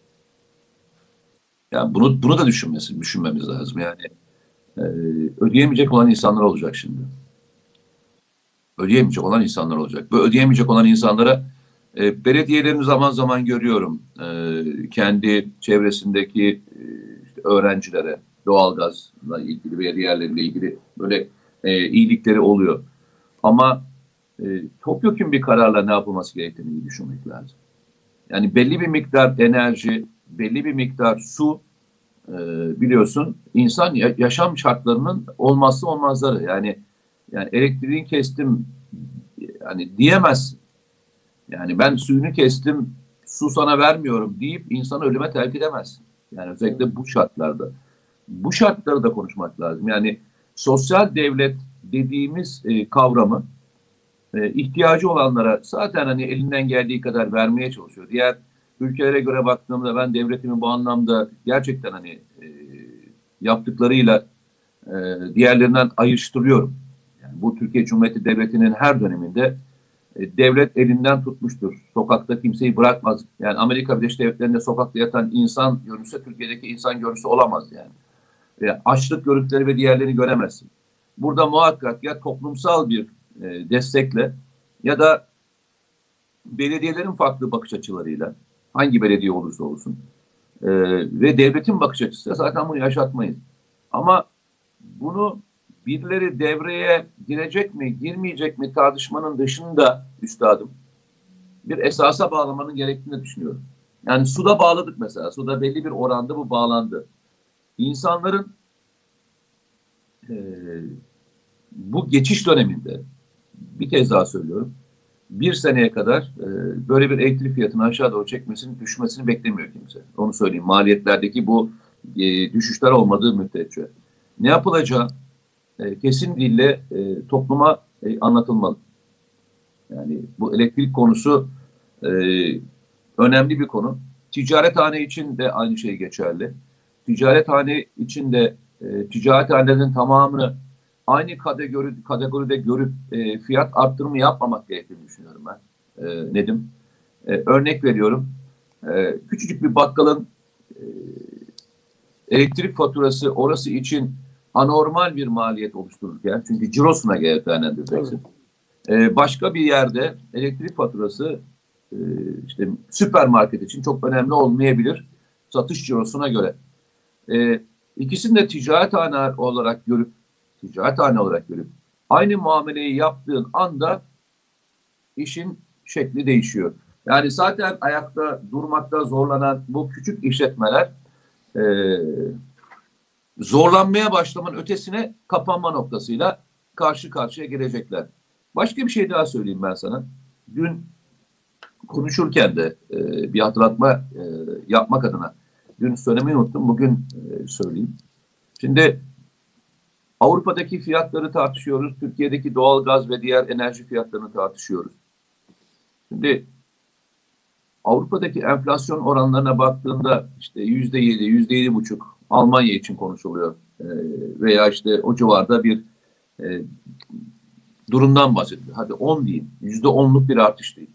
Yani bunu bunu da düşünmesi, düşünmemiz lazım. Yani e, ödeyemeyecek olan insanlar olacak şimdi. Ödeyemeyecek olan insanlar olacak. Bu ödeyemeyecek olan insanlara e, belediyelerin zaman zaman görüyorum e, kendi çevresindeki e, işte öğrencilere doğalgazla ilgili veya diğerleriyle ilgili böyle e, iyilikleri oluyor. Ama e, topyekun bir kararla ne yapılması gerektiğini düşünmek lazım. Yani belli bir miktar enerji, belli bir miktar su, e, biliyorsun insan ya, yaşam şartlarının olmazsa olmazları. Yani yani elektriğini kestim yani diyemezsin. Yani ben suyunu kestim, su sana vermiyorum deyip insanı ölüme terk edemezsin. Yani özellikle bu şartlarda. Bu şartları da konuşmak lazım. Yani sosyal devlet dediğimiz e, kavramı e, ihtiyacı olanlara zaten hani elinden geldiği kadar vermeye çalışıyor. Diğer ülkelere göre baktığımda ben devletimi bu anlamda gerçekten hani e, yaptıklarıyla e, diğerlerinden ayrıştırıyorum. Yani bu Türkiye Cumhuriyeti Devleti'nin her döneminde e, devlet elinden tutmuştur. Sokakta kimseyi bırakmaz. Yani Amerika Birleşik Devletleri'nde sokakta yatan insan görüntüsü Türkiye'deki insan görüntüsü olamaz yani. E, açlık görüntüleri ve diğerlerini göremezsin. Burada muhakkak ya toplumsal bir e, destekle ya da belediyelerin farklı bakış açılarıyla hangi belediye olursa olsun e, ve devletin bakış açısı zaten bunu yaşatmayız. Ama bunu birileri devreye girecek mi, girmeyecek mi tartışmanın dışında üstadım bir esasa bağlamanın gerektiğini düşünüyorum. Yani suda bağladık mesela. Suda belli bir oranda bu bağlandı. İnsanların e, bu geçiş döneminde bir kez daha söylüyorum. Bir seneye kadar e, böyle bir elektrik fiyatını aşağı doğru çekmesini, düşmesini beklemiyor kimse. Onu söyleyeyim. Maliyetlerdeki bu e, düşüşler olmadığı müddetçe. Ne yapılacağı e, kesin dille e, topluma e, anlatılmalı. Yani bu elektrik konusu e, önemli bir konu. Ticarethane için de aynı şey geçerli. Ticarethane için de e, ticarethanelerin tamamını aynı kategori, kategoride görüp e, fiyat arttırımı yapmamak gerektiğini düşünüyorum ben. E, Nedim. E, örnek veriyorum. E, küçücük bir bakkalın e, elektrik faturası orası için anormal bir maliyet oluştururken, çünkü cirosuna göre değerlendireceksin. E, başka bir yerde elektrik faturası e, işte süpermarket için çok önemli olmayabilir satış cirosuna göre. E, ikisini de ticarethane olarak görüp ticarethane olarak görüp aynı muameleyi yaptığın anda işin şekli değişiyor. Yani zaten ayakta durmakta zorlanan bu küçük işletmeler e, zorlanmaya başlamanın ötesine kapanma noktasıyla karşı karşıya gelecekler. Başka bir şey daha söyleyeyim ben sana. Dün konuşurken de e, bir hatırlatma e, yapmak adına dün söylemeyi unuttum. Bugün e, söyleyeyim. Şimdi Avrupa'daki fiyatları tartışıyoruz. Türkiye'deki doğalgaz ve diğer enerji fiyatlarını tartışıyoruz. Şimdi Avrupa'daki enflasyon oranlarına baktığında işte yüzde yedi, yüzde yedi buçuk Almanya için konuşuluyor. E, veya işte o civarda bir e, durumdan bahsediliyor. Hadi on diyeyim. Yüzde onluk bir artış değil.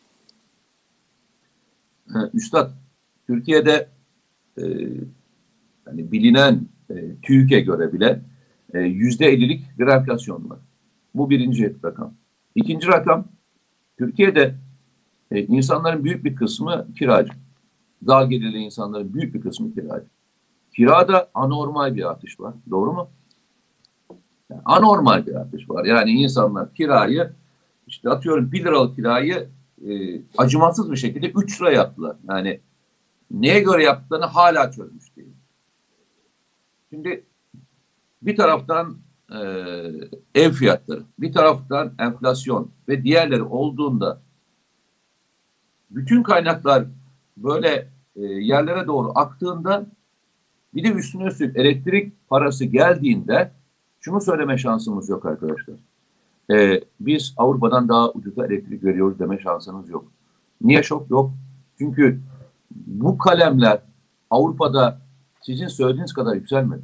Üstad, Türkiye'de e, yani bilinen e, TÜİK'e göre bile yüzde ellilik bir enflasyon var. Bu birinci rakam. İkinci rakam, Türkiye'de e, insanların büyük bir kısmı kiracı. Dar gelirli insanların büyük bir kısmı kiracı. Kirada anormal bir artış var. Doğru mu? Yani anormal bir artış var. Yani insanlar kirayı işte atıyorum bir liralık kirayı e, acımasız bir şekilde üç lira yaptılar. Yani neye göre yaptıklarını hala çözmüş değil. Şimdi bir taraftan e, ev fiyatları, bir taraftan enflasyon ve diğerleri olduğunda bütün kaynaklar böyle e, yerlere doğru aktığında bir de üstüne üstlük elektrik parası geldiğinde şunu söyleme şansımız yok arkadaşlar. E, biz Avrupa'dan daha ucuza elektrik veriyoruz deme şansınız yok. Niye şok yok? Çünkü bu kalemler Avrupa'da sizin söylediğiniz kadar yükselmedi.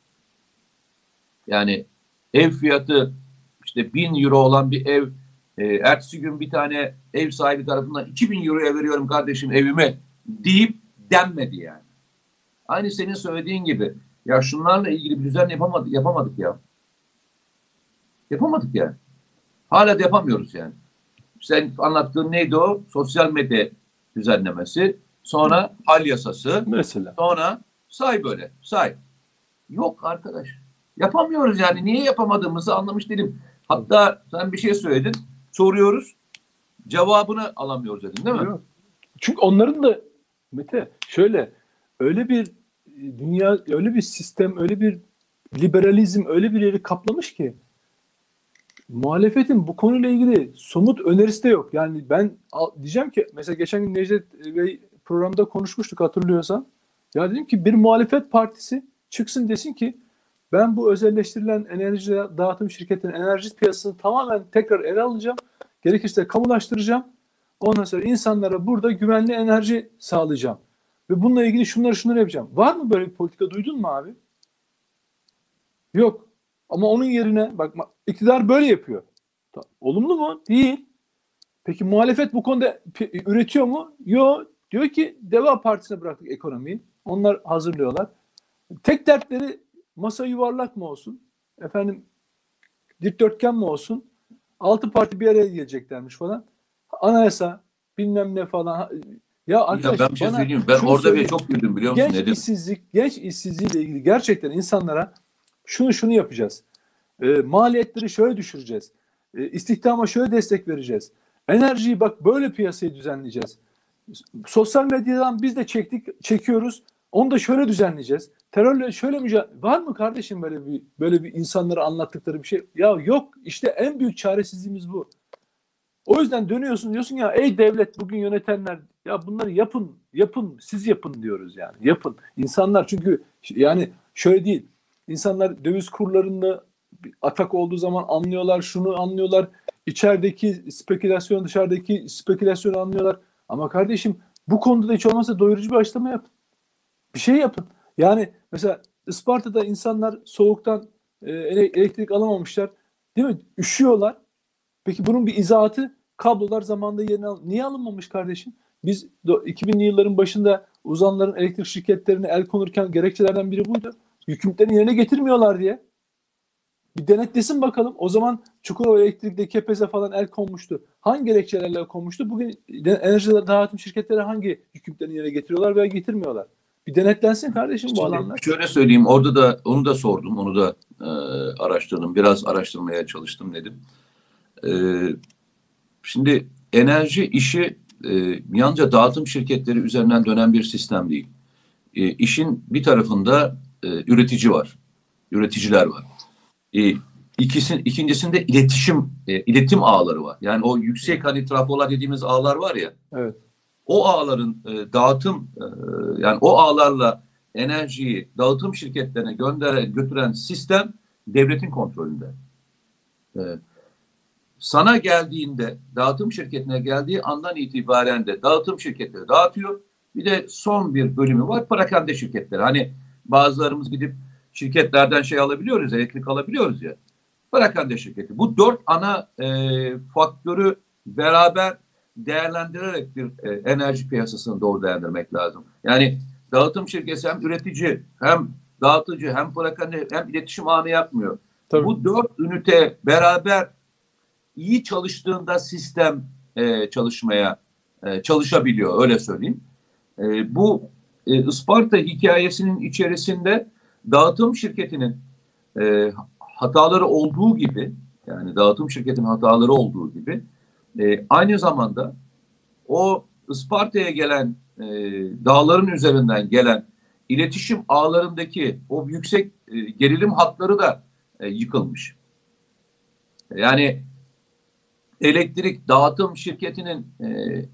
Yani ev fiyatı işte bin euro olan bir ev e, ertesi gün bir tane ev sahibi tarafından iki bin euroya veriyorum kardeşim evimi deyip denmedi yani. Aynı senin söylediğin gibi ya şunlarla ilgili bir düzen yapamadık, yapamadık ya. Yapamadık yani. Hala da yapamıyoruz yani. Sen anlattığın neydi o? Sosyal medya düzenlemesi, sonra hal yasası, Mesela. sonra say böyle, say. Yok arkadaş. Yapamıyoruz yani. Niye yapamadığımızı anlamış değilim. Hatta sen bir şey söyledin. soruyoruz. Cevabını alamıyoruz dedin değil mi? Yok. Çünkü onların da Mete şöyle öyle bir dünya, öyle bir sistem, öyle bir liberalizm öyle bir yeri kaplamış ki muhalefetin bu konuyla ilgili somut önerisi de yok. Yani ben diyeceğim ki mesela geçen gün Necdet Bey programda konuşmuştuk hatırlıyorsan. Ya dedim ki bir muhalefet partisi çıksın desin ki ben bu özelleştirilen enerji dağıtım şirketinin enerji piyasasını tamamen tekrar ele alacağım. Gerekirse kamulaştıracağım. Ondan sonra insanlara burada güvenli enerji sağlayacağım. Ve bununla ilgili şunları şunları yapacağım. Var mı böyle bir politika, duydun mu abi? Yok. Ama onun yerine bak iktidar böyle yapıyor. Olumlu mu? Değil. Peki muhalefet bu konuda üretiyor mu? Yok. Diyor ki Deva Partisi'ne bıraktık ekonomiyi. Onlar hazırlıyorlar. Tek dertleri masa yuvarlak mı olsun? Efendim dikdörtgen mi olsun? Altı parti bir araya geleceklermiş falan. Anayasa bilmem ne falan. Ya arkadaş ya ben bir şey bana söyleyeyim. Ben orada söyleyeyim. bir çok güldüm biliyor musun? Genç Nedim? işsizlik, genç işsizliğiyle ilgili gerçekten insanlara şunu şunu yapacağız. E, maliyetleri şöyle düşüreceğiz. E, istihdama şöyle destek vereceğiz. Enerjiyi bak böyle piyasayı düzenleyeceğiz. Sosyal medyadan biz de çektik, çekiyoruz. Onu da şöyle düzenleyeceğiz. Terörle şöyle mücadele... Var mı kardeşim böyle bir böyle bir insanlara anlattıkları bir şey? Ya yok. İşte en büyük çaresizliğimiz bu. O yüzden dönüyorsun diyorsun ya ey devlet bugün yönetenler ya bunları yapın, yapın, siz yapın diyoruz yani. Yapın. İnsanlar çünkü yani şöyle değil. İnsanlar döviz kurlarında atak olduğu zaman anlıyorlar, şunu anlıyorlar. İçerideki spekülasyon, dışarıdaki spekülasyonu anlıyorlar. Ama kardeşim bu konuda da hiç olmazsa doyurucu bir açıklama yapın. Bir şey yapın. Yani mesela Isparta'da insanlar soğuktan e, elektrik alamamışlar. Değil mi? Üşüyorlar. Peki bunun bir izahatı kablolar zamanında yerine al. Niye alınmamış kardeşim? Biz iki binli yılların başında uzanların elektrik şirketlerine el konurken gerekçelerden biri buydu. Yükümlülüklerini yerine getirmiyorlar diye. Bir denetlesin bakalım. O zaman Çukurova Elektrik'te Kepez'e falan el konmuştu. Hangi gerekçelerle el konmuştu? Bugün enerji dağıtım şirketleri hangi yükümlülüklerini yerine getiriyorlar veya getirmiyorlar? Bir denetlensin kardeşim bu Şimdi alanlar. şöyle söyleyeyim. Orada da onu da sordum. Onu da e, araştırdım. Biraz araştırmaya çalıştım dedim. E, şimdi enerji işi e, yalnızca dağıtım şirketleri üzerinden dönen bir sistem değil. E, işin bir tarafında e, üretici var. Üreticiler var. E, ikisin, ikincisinde iletişim, e, iletim ağları var. Yani o yüksek hani trafolar dediğimiz ağlar var ya. Evet. O ağların e, dağıtım e, yani o ağlarla enerjiyi dağıtım şirketlerine gönderen götüren sistem devletin kontrolünde. E, sana geldiğinde dağıtım şirketine geldiği andan itibaren de dağıtım şirketleri dağıtıyor. Bir de son bir bölümü var perakende şirketleri. Hani bazılarımız gidip şirketlerden şey alabiliyoruz, elektrik alabiliyoruz ya. Perakende şirketi. Bu dört ana e, faktörü beraber değerlendirerek bir e, enerji piyasasını doğru değerlendirmek lazım. Yani dağıtım şirketi hem üretici hem dağıtıcı hem perakende hem iletişim ağını yapmıyor. Tabii. Bu dört ünite beraber iyi çalıştığında sistem e, çalışmaya e, çalışabiliyor öyle söyleyeyim. E, bu e, Isparta hikayesinin içerisinde dağıtım şirketinin e, hataları olduğu gibi yani dağıtım şirketinin hataları olduğu gibi e, aynı zamanda o Isparta'ya gelen e, dağların üzerinden gelen iletişim ağlarındaki o yüksek e, gerilim hatları da e, yıkılmış. Yani elektrik dağıtım şirketinin e, e,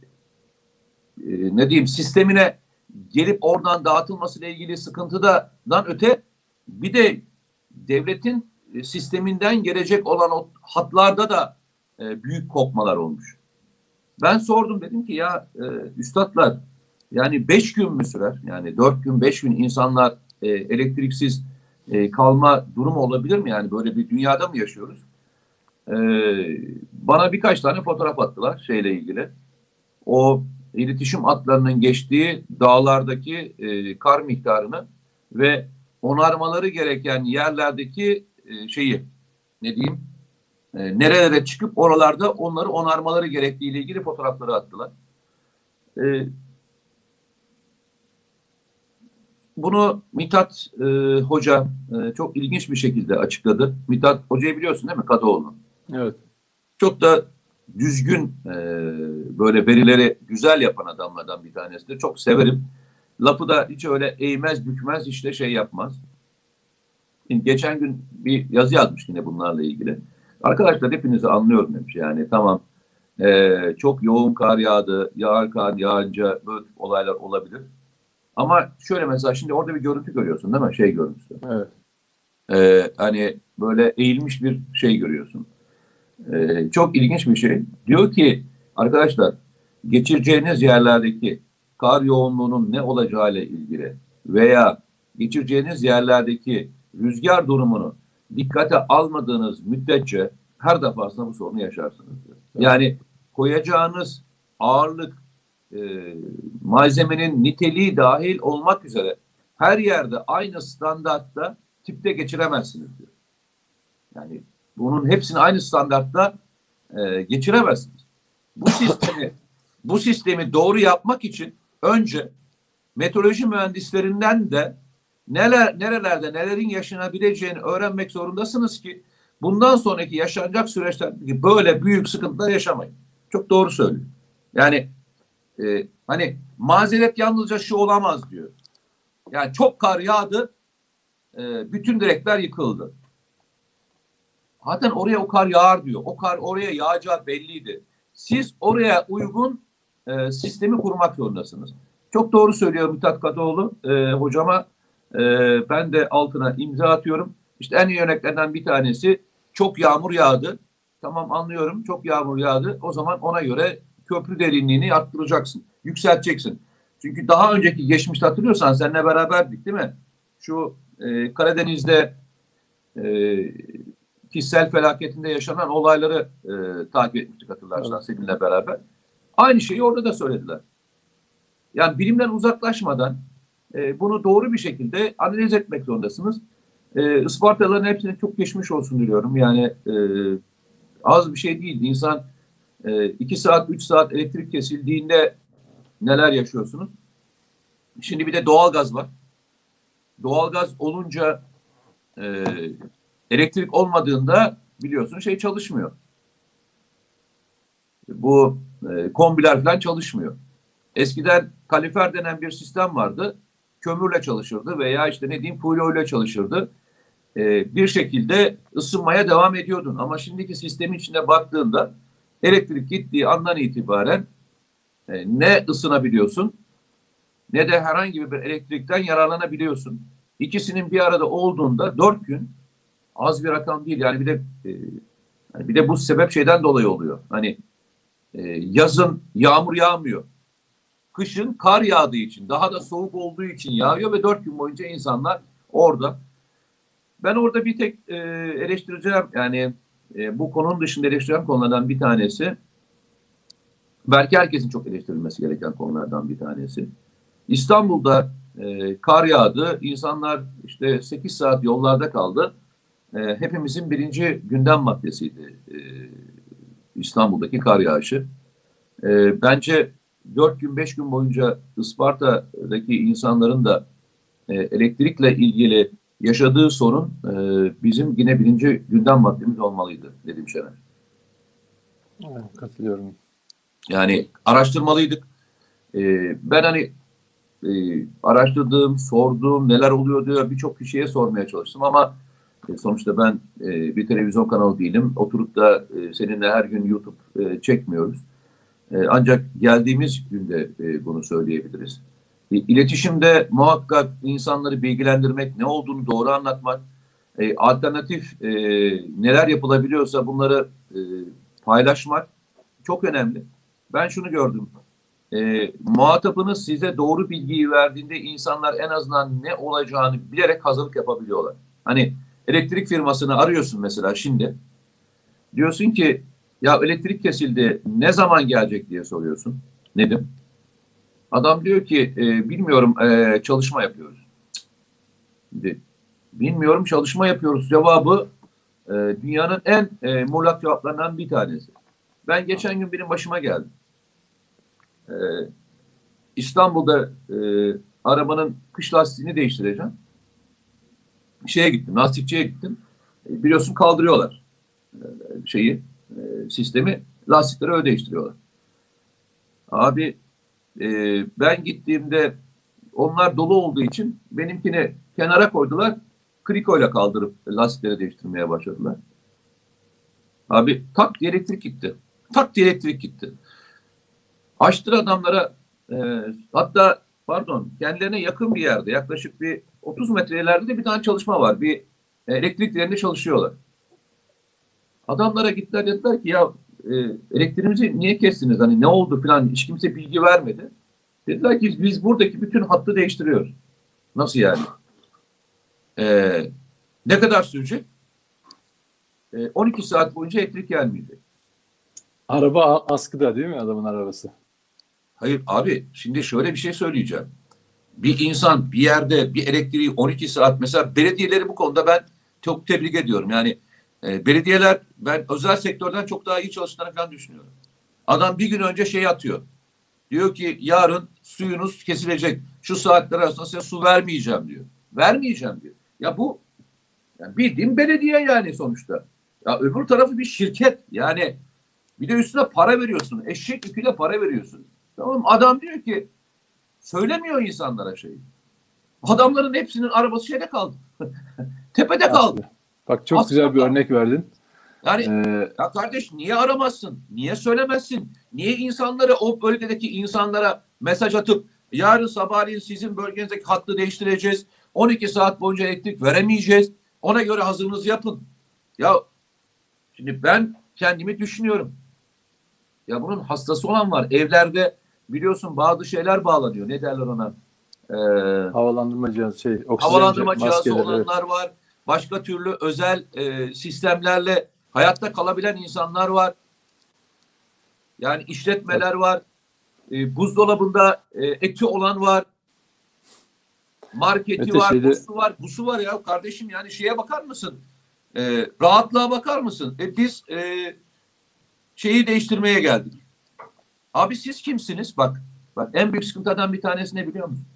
ne diyeyim sistemine gelip oradan dağıtılmasıyla ilgili sıkıntıdan öte bir de devletin sisteminden gelecek olan o hatlarda da e, büyük kopmalar olmuş. Ben sordum dedim ki ya e, üstadlar yani beş gün mü sürer? Yani dört gün beş gün insanlar e, elektriksiz e, kalma durumu olabilir mi? Yani böyle bir dünyada mı yaşıyoruz? E, bana birkaç tane fotoğraf attılar şeyle ilgili. O iletişim hatlarının geçtiği dağlardaki e, kar miktarını ve onarmaları gereken yerlerdeki e, şeyi ne diyeyim e, nerelere çıkıp oralarda onları onarmaları gerektiğiyle ilgili fotoğrafları attılar. E, bunu Mithat e, Hoca e, çok ilginç bir şekilde açıkladı. Mithat Hoca'yı biliyorsun değil mi? Kadıoğlu. Evet. Çok da düzgün e, böyle verileri güzel yapan adamlardan bir tanesidir. Çok severim. Lafı da hiç öyle eğmez bükmez işte şey yapmaz. Şimdi geçen gün bir yazı yazmış yine bunlarla ilgili. Arkadaşlar hepinizi anlıyorum demiş. Yani tamam e, çok yoğun kar yağdı, yağar kar yağınca böyle olaylar olabilir. Ama şöyle mesela şimdi orada bir görüntü görüyorsun değil mi? Şey görüntüsü. Evet. E, hani böyle eğilmiş bir şey görüyorsun. E, çok ilginç bir şey. Diyor ki arkadaşlar geçireceğiniz yerlerdeki kar yoğunluğunun ne olacağı ile ilgili veya geçireceğiniz yerlerdeki rüzgar durumunu dikkate almadığınız müddetçe her defasında bu sorunu yaşarsınız diyor. Yani koyacağınız ağırlık, e, malzemenin niteliği dahil olmak üzere her yerde aynı standartta tipte geçiremezsiniz diyor. Yani bunun hepsini aynı standartta e, geçiremezsiniz. Bu sistemi bu sistemi doğru yapmak için önce meteoroloji mühendislerinden de neler nerelerde nelerin yaşanabileceğini öğrenmek zorundasınız ki bundan sonraki yaşanacak süreçlerde böyle büyük sıkıntılar yaşamayın. Çok doğru söylüyor. Yani e, hani mazeret yalnızca şu olamaz diyor. Yani çok kar yağdı, e, bütün direkler yıkıldı. Zaten oraya o kar yağar diyor. O kar oraya yağacağı belliydi. Siz oraya uygun e, sistemi kurmak zorundasınız. Çok doğru söylüyor Mithat Kadıoğlu. E, hocama e, ben de altına imza atıyorum. İşte en iyi örneklerden bir tanesi çok yağmur yağdı. Tamam anlıyorum çok yağmur yağdı. O zaman ona göre köprü derinliğini arttıracaksın. Yükselteceksin. Çünkü daha önceki geçmişte hatırlıyorsan seninle beraberdik değil mi? Şu e, Karadeniz'de e, kişisel felaketinde yaşanan olayları e, takip etmiştik hatırlarsan evet. Seninle beraber. Aynı şeyi orada da söylediler. Yani bilimden uzaklaşmadan e, bunu doğru bir şekilde analiz etmek zorundasınız. E, Ispartalıların hepsine çok geçmiş olsun diliyorum. Yani e, az bir şey değil. İnsan e, iki saat, üç saat elektrik kesildiğinde neler yaşıyorsunuz? Şimdi bir de doğalgaz var. Doğalgaz olunca e, elektrik olmadığında biliyorsun şey çalışmıyor. Bu e, kombiler falan çalışmıyor. Eskiden kalifer denen bir sistem vardı. Kömürle çalışırdı veya işte ne diyeyim fuel çalışırdı. E, bir şekilde ısınmaya devam ediyordun. Ama şimdiki sistemin içine baktığında elektrik gittiği andan itibaren e, ne ısınabiliyorsun ne de herhangi bir elektrikten yararlanabiliyorsun. İkisinin bir arada olduğunda dört gün az bir rakam değil. Yani bir de e, yani bir de bu sebep şeyden dolayı oluyor. Hani e, yazın yağmur yağmıyor. Kışın kar yağdığı için, daha da soğuk olduğu için yağıyor ve dört gün boyunca insanlar orada. Ben orada bir tek e, eleştireceğim, yani e, bu konunun dışında eleştireceğim konulardan bir tanesi, belki herkesin çok eleştirilmesi gereken konulardan bir tanesi. İstanbul'da e, kar yağdı, insanlar işte sekiz saat yollarda kaldı. E, hepimizin birinci gündem maddesiydi e, İstanbul'daki kar yağışı. E, bence dört gün beş gün boyunca Isparta'daki insanların da e, elektrikle ilgili yaşadığı sorun e, bizim yine birinci gündem maddemiz olmalıydı dedim Şener. Evet, katılıyorum. Yani araştırmalıydık. E, ben hani e, araştırdığım, sorduğum neler oluyor diyor birçok kişiye sormaya çalıştım ama e, sonuçta ben e, bir televizyon kanalı değilim. Oturup da e, seninle her gün YouTube e, çekmiyoruz. E, ancak geldiğimiz günde e, bunu söyleyebiliriz. E, İletişimde muhakkak insanları bilgilendirmek, ne olduğunu doğru anlatmak, e, alternatif e, neler yapılabiliyorsa bunları e, paylaşmak çok önemli. Ben şunu gördüm. E, muhatabınız size doğru bilgiyi verdiğinde insanlar en azından ne olacağını bilerek hazırlık yapabiliyorlar. Hani elektrik firmasını arıyorsun mesela şimdi. Diyorsun ki ya elektrik kesildi ne zaman gelecek diye soruyorsun. Nedim? Adam diyor ki e, bilmiyorum e, çalışma yapıyoruz. Şimdi, bilmiyorum çalışma yapıyoruz cevabı e, dünyanın en e, muğlak cevaplarından bir tanesi. Ben geçen gün benim başıma geldi. E, İstanbul'da e, arabanın kış lastiğini değiştireceğim. Şeye gittim, lastikçiye gittim. E, biliyorsun kaldırıyorlar e, şeyi, e, sistemi. Lastikleri öyle değiştiriyorlar. Abi e, ben gittiğimde onlar dolu olduğu için benimkini kenara koydular. Krikoyla kaldırıp lastikleri değiştirmeye başladılar. Abi tak diye elektrik gitti. Tak diye elektrik gitti. Açtır adamlara e, hatta pardon kendilerine yakın bir yerde yaklaşık bir otuz metre ileride de bir tane çalışma var. Bir e, elektrik direğinde çalışıyorlar. Adamlara gittiler dediler ki ya e, elektriğimizi niye kestiniz? Hani ne oldu falan hiç kimse bilgi vermedi. Dediler ki biz buradaki bütün hattı değiştiriyoruz. Nasıl yani? E, ne kadar sürecek? E, on iki saat boyunca elektrik gelmeyecek. Araba askıda değil mi adamın arabası? Hayır abi şimdi şöyle bir şey söyleyeceğim. Bir insan bir yerde bir elektriği on iki saat mesela belediyeleri bu konuda ben çok tebrik ediyorum. Yani e, belediyeler ben özel sektörden çok daha iyi çalıştığını falan düşünüyorum. Adam bir gün önce şey atıyor. Diyor ki yarın suyunuz kesilecek. Şu saatler arasında size su vermeyeceğim diyor. Vermeyeceğim diyor. Ya bu yani bildiğin belediye yani sonuçta. Ya öbür tarafı bir şirket. Yani bir de üstüne para veriyorsun. Eşek yüküyle para veriyorsun. Tamam adam diyor ki söylemiyor insanlara şeyi. Adamların hepsinin arabası şeyde kaldı. Tepede kaldı. Aslında. Bak çok Aslında güzel bir örnek verdin. yani Ee, ya kardeş niye aramazsın? Niye söylemezsin? Niye insanları o bölgedeki insanlara mesaj atıp yarın sabahleyin sizin bölgenizdeki hattı değiştireceğiz. on iki saat boyunca elektrik veremeyeceğiz. Ona göre hazırlığınızı yapın. Ya şimdi ben kendimi düşünüyorum. Ya bunun hastası olan var. Evlerde biliyorsun bazı şeyler bağlanıyor. Ne derler ona? Ee, havalandırma cihazı şey oksijen havalandırma cihazı maskeler, olanlar evet. var. Başka türlü özel e, sistemlerle hayatta kalabilen insanlar var. Yani işletmeler var. E, buzdolabında e, eti olan var. Marketi Mete var. şeyde Busu var. Busu var ya kardeşim yani şeye bakar mısın? E, rahatlığa bakar mısın? E, biz e, şeyi değiştirmeye geldik. Abi siz kimsiniz? Bak, bak en büyük sıkıntıdan bir tanesi ne biliyor musun?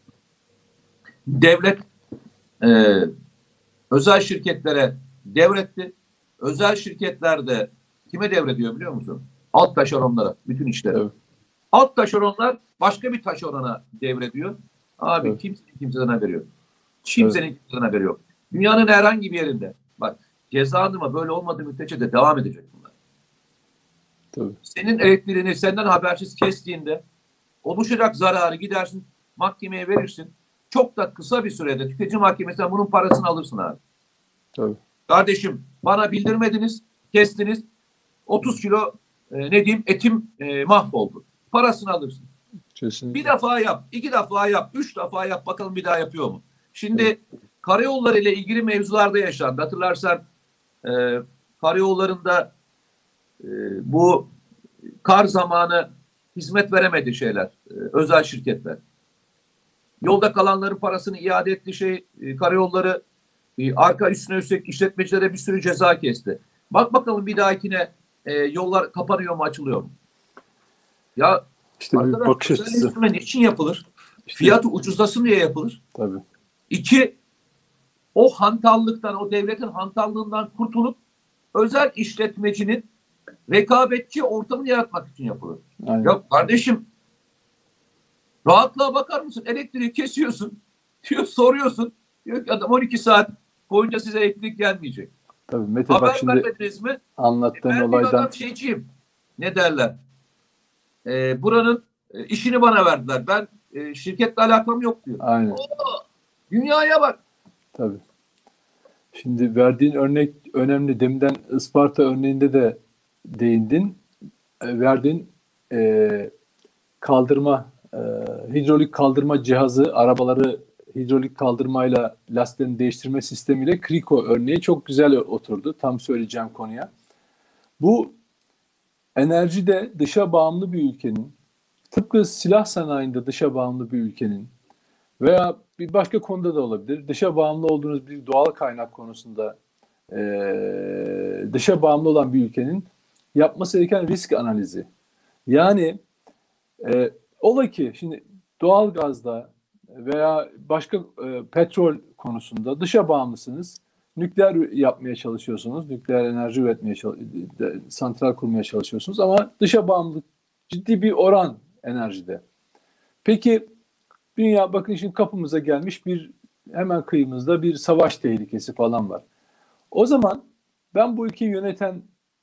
Devlet e, özel şirketlere devretti. Özel şirketler de kime devrediyor biliyor musun? Alt taşeronlara, bütün işleri. evet, Alt taşeronlar başka bir taşerona devrediyor. Abi evet, kimsenin kimseden haberi yok. evet, Kimsenin kimseden haberi yok. Dünyanın herhangi bir yerinde. Bak cezalandırma böyle olmadığı müddetçe de devam edecek bunlar. tabii. Senin elektriğini senden habersiz kestiğinde oluşacak zararı gidersin mahkemeye verirsin. Çok da kısa bir sürede tüketici mahkemesinden bunun parasını alırsın abi. Tabii. Kardeşim bana bildirmediniz, kestiniz. otuz kilo e, ne diyeyim etim e, mahvoldu. Parasını alırsın. Bir Kesinlikle. defa yap, iki defa yap, üç defa yap bakalım bir daha yapıyor mu? Şimdi karayolları ile ilgili mevzularda yaşandı. Hatırlarsan e, karayollarında e, bu kar zamanı hizmet veremedi şeyler, e, özel şirketler. Yolda kalanların parasını iade etti şey e, karayolları e, arka üstüne üstlük işletmecilere bir sürü ceza kesti. Bak bakalım bir dahakine e, yollar kapanıyor mu açılıyor mu? Ya İşte bir arkadaş bakış özel açısı. instrument için yapılır? İşte, Fiyatı ucuzlasın diye yapılır. tabii. İki, o hantallıktan, o devletin hantallığından kurtulup özel işletmecinin rekabetçi ortamını yaratmak için yapılır. Aynen. Ya kardeşim rahatlığa bakar mısın? Elektriği kesiyorsun. Diyor, soruyorsun. Diyor ki adam on iki saat boyunca size elektrik gelmeyecek. Tabii Mete Haber bak şimdi vermediniz mi? E anlattığın ben diyor olaydan adam şeyciyim. Ne derler? E, buranın e, işini bana verdiler. Ben e, şirketle alakam yok diyor. aynen. Oo, dünyaya bak. Tabii. Şimdi verdiğin örnek önemli. Deminden Isparta örneğinde de değindin. E, verdiğin e, kaldırma, e, hidrolik kaldırma cihazı, arabaları hidrolik kaldırmayla lastiklerini değiştirme sistemiyle Kriko örneği çok güzel oturdu. Tam söyleyeceğim konuya. Bu enerjide dışa bağımlı bir ülkenin, tıpkı silah sanayinde dışa bağımlı bir ülkenin veya bir başka konuda da olabilir. Dışa bağımlı olduğunuz bir doğal kaynak konusunda e, dışa bağımlı olan bir ülkenin yapması gereken risk analizi. Yani e, ola ki şimdi doğal gazda veya başka e, petrol konusunda dışa bağımlısınız. nükleer yapmaya çalışıyorsunuz. Nükleer enerji üretmeye çalışıyorsunuz. Santral kurmaya çalışıyorsunuz ama dışa bağımlılık ciddi bir oran enerjide. Peki dünya bakın şimdi kapımıza gelmiş bir hemen kıyımızda bir savaş tehlikesi falan var. O zaman ben bu ülkeyi yöneten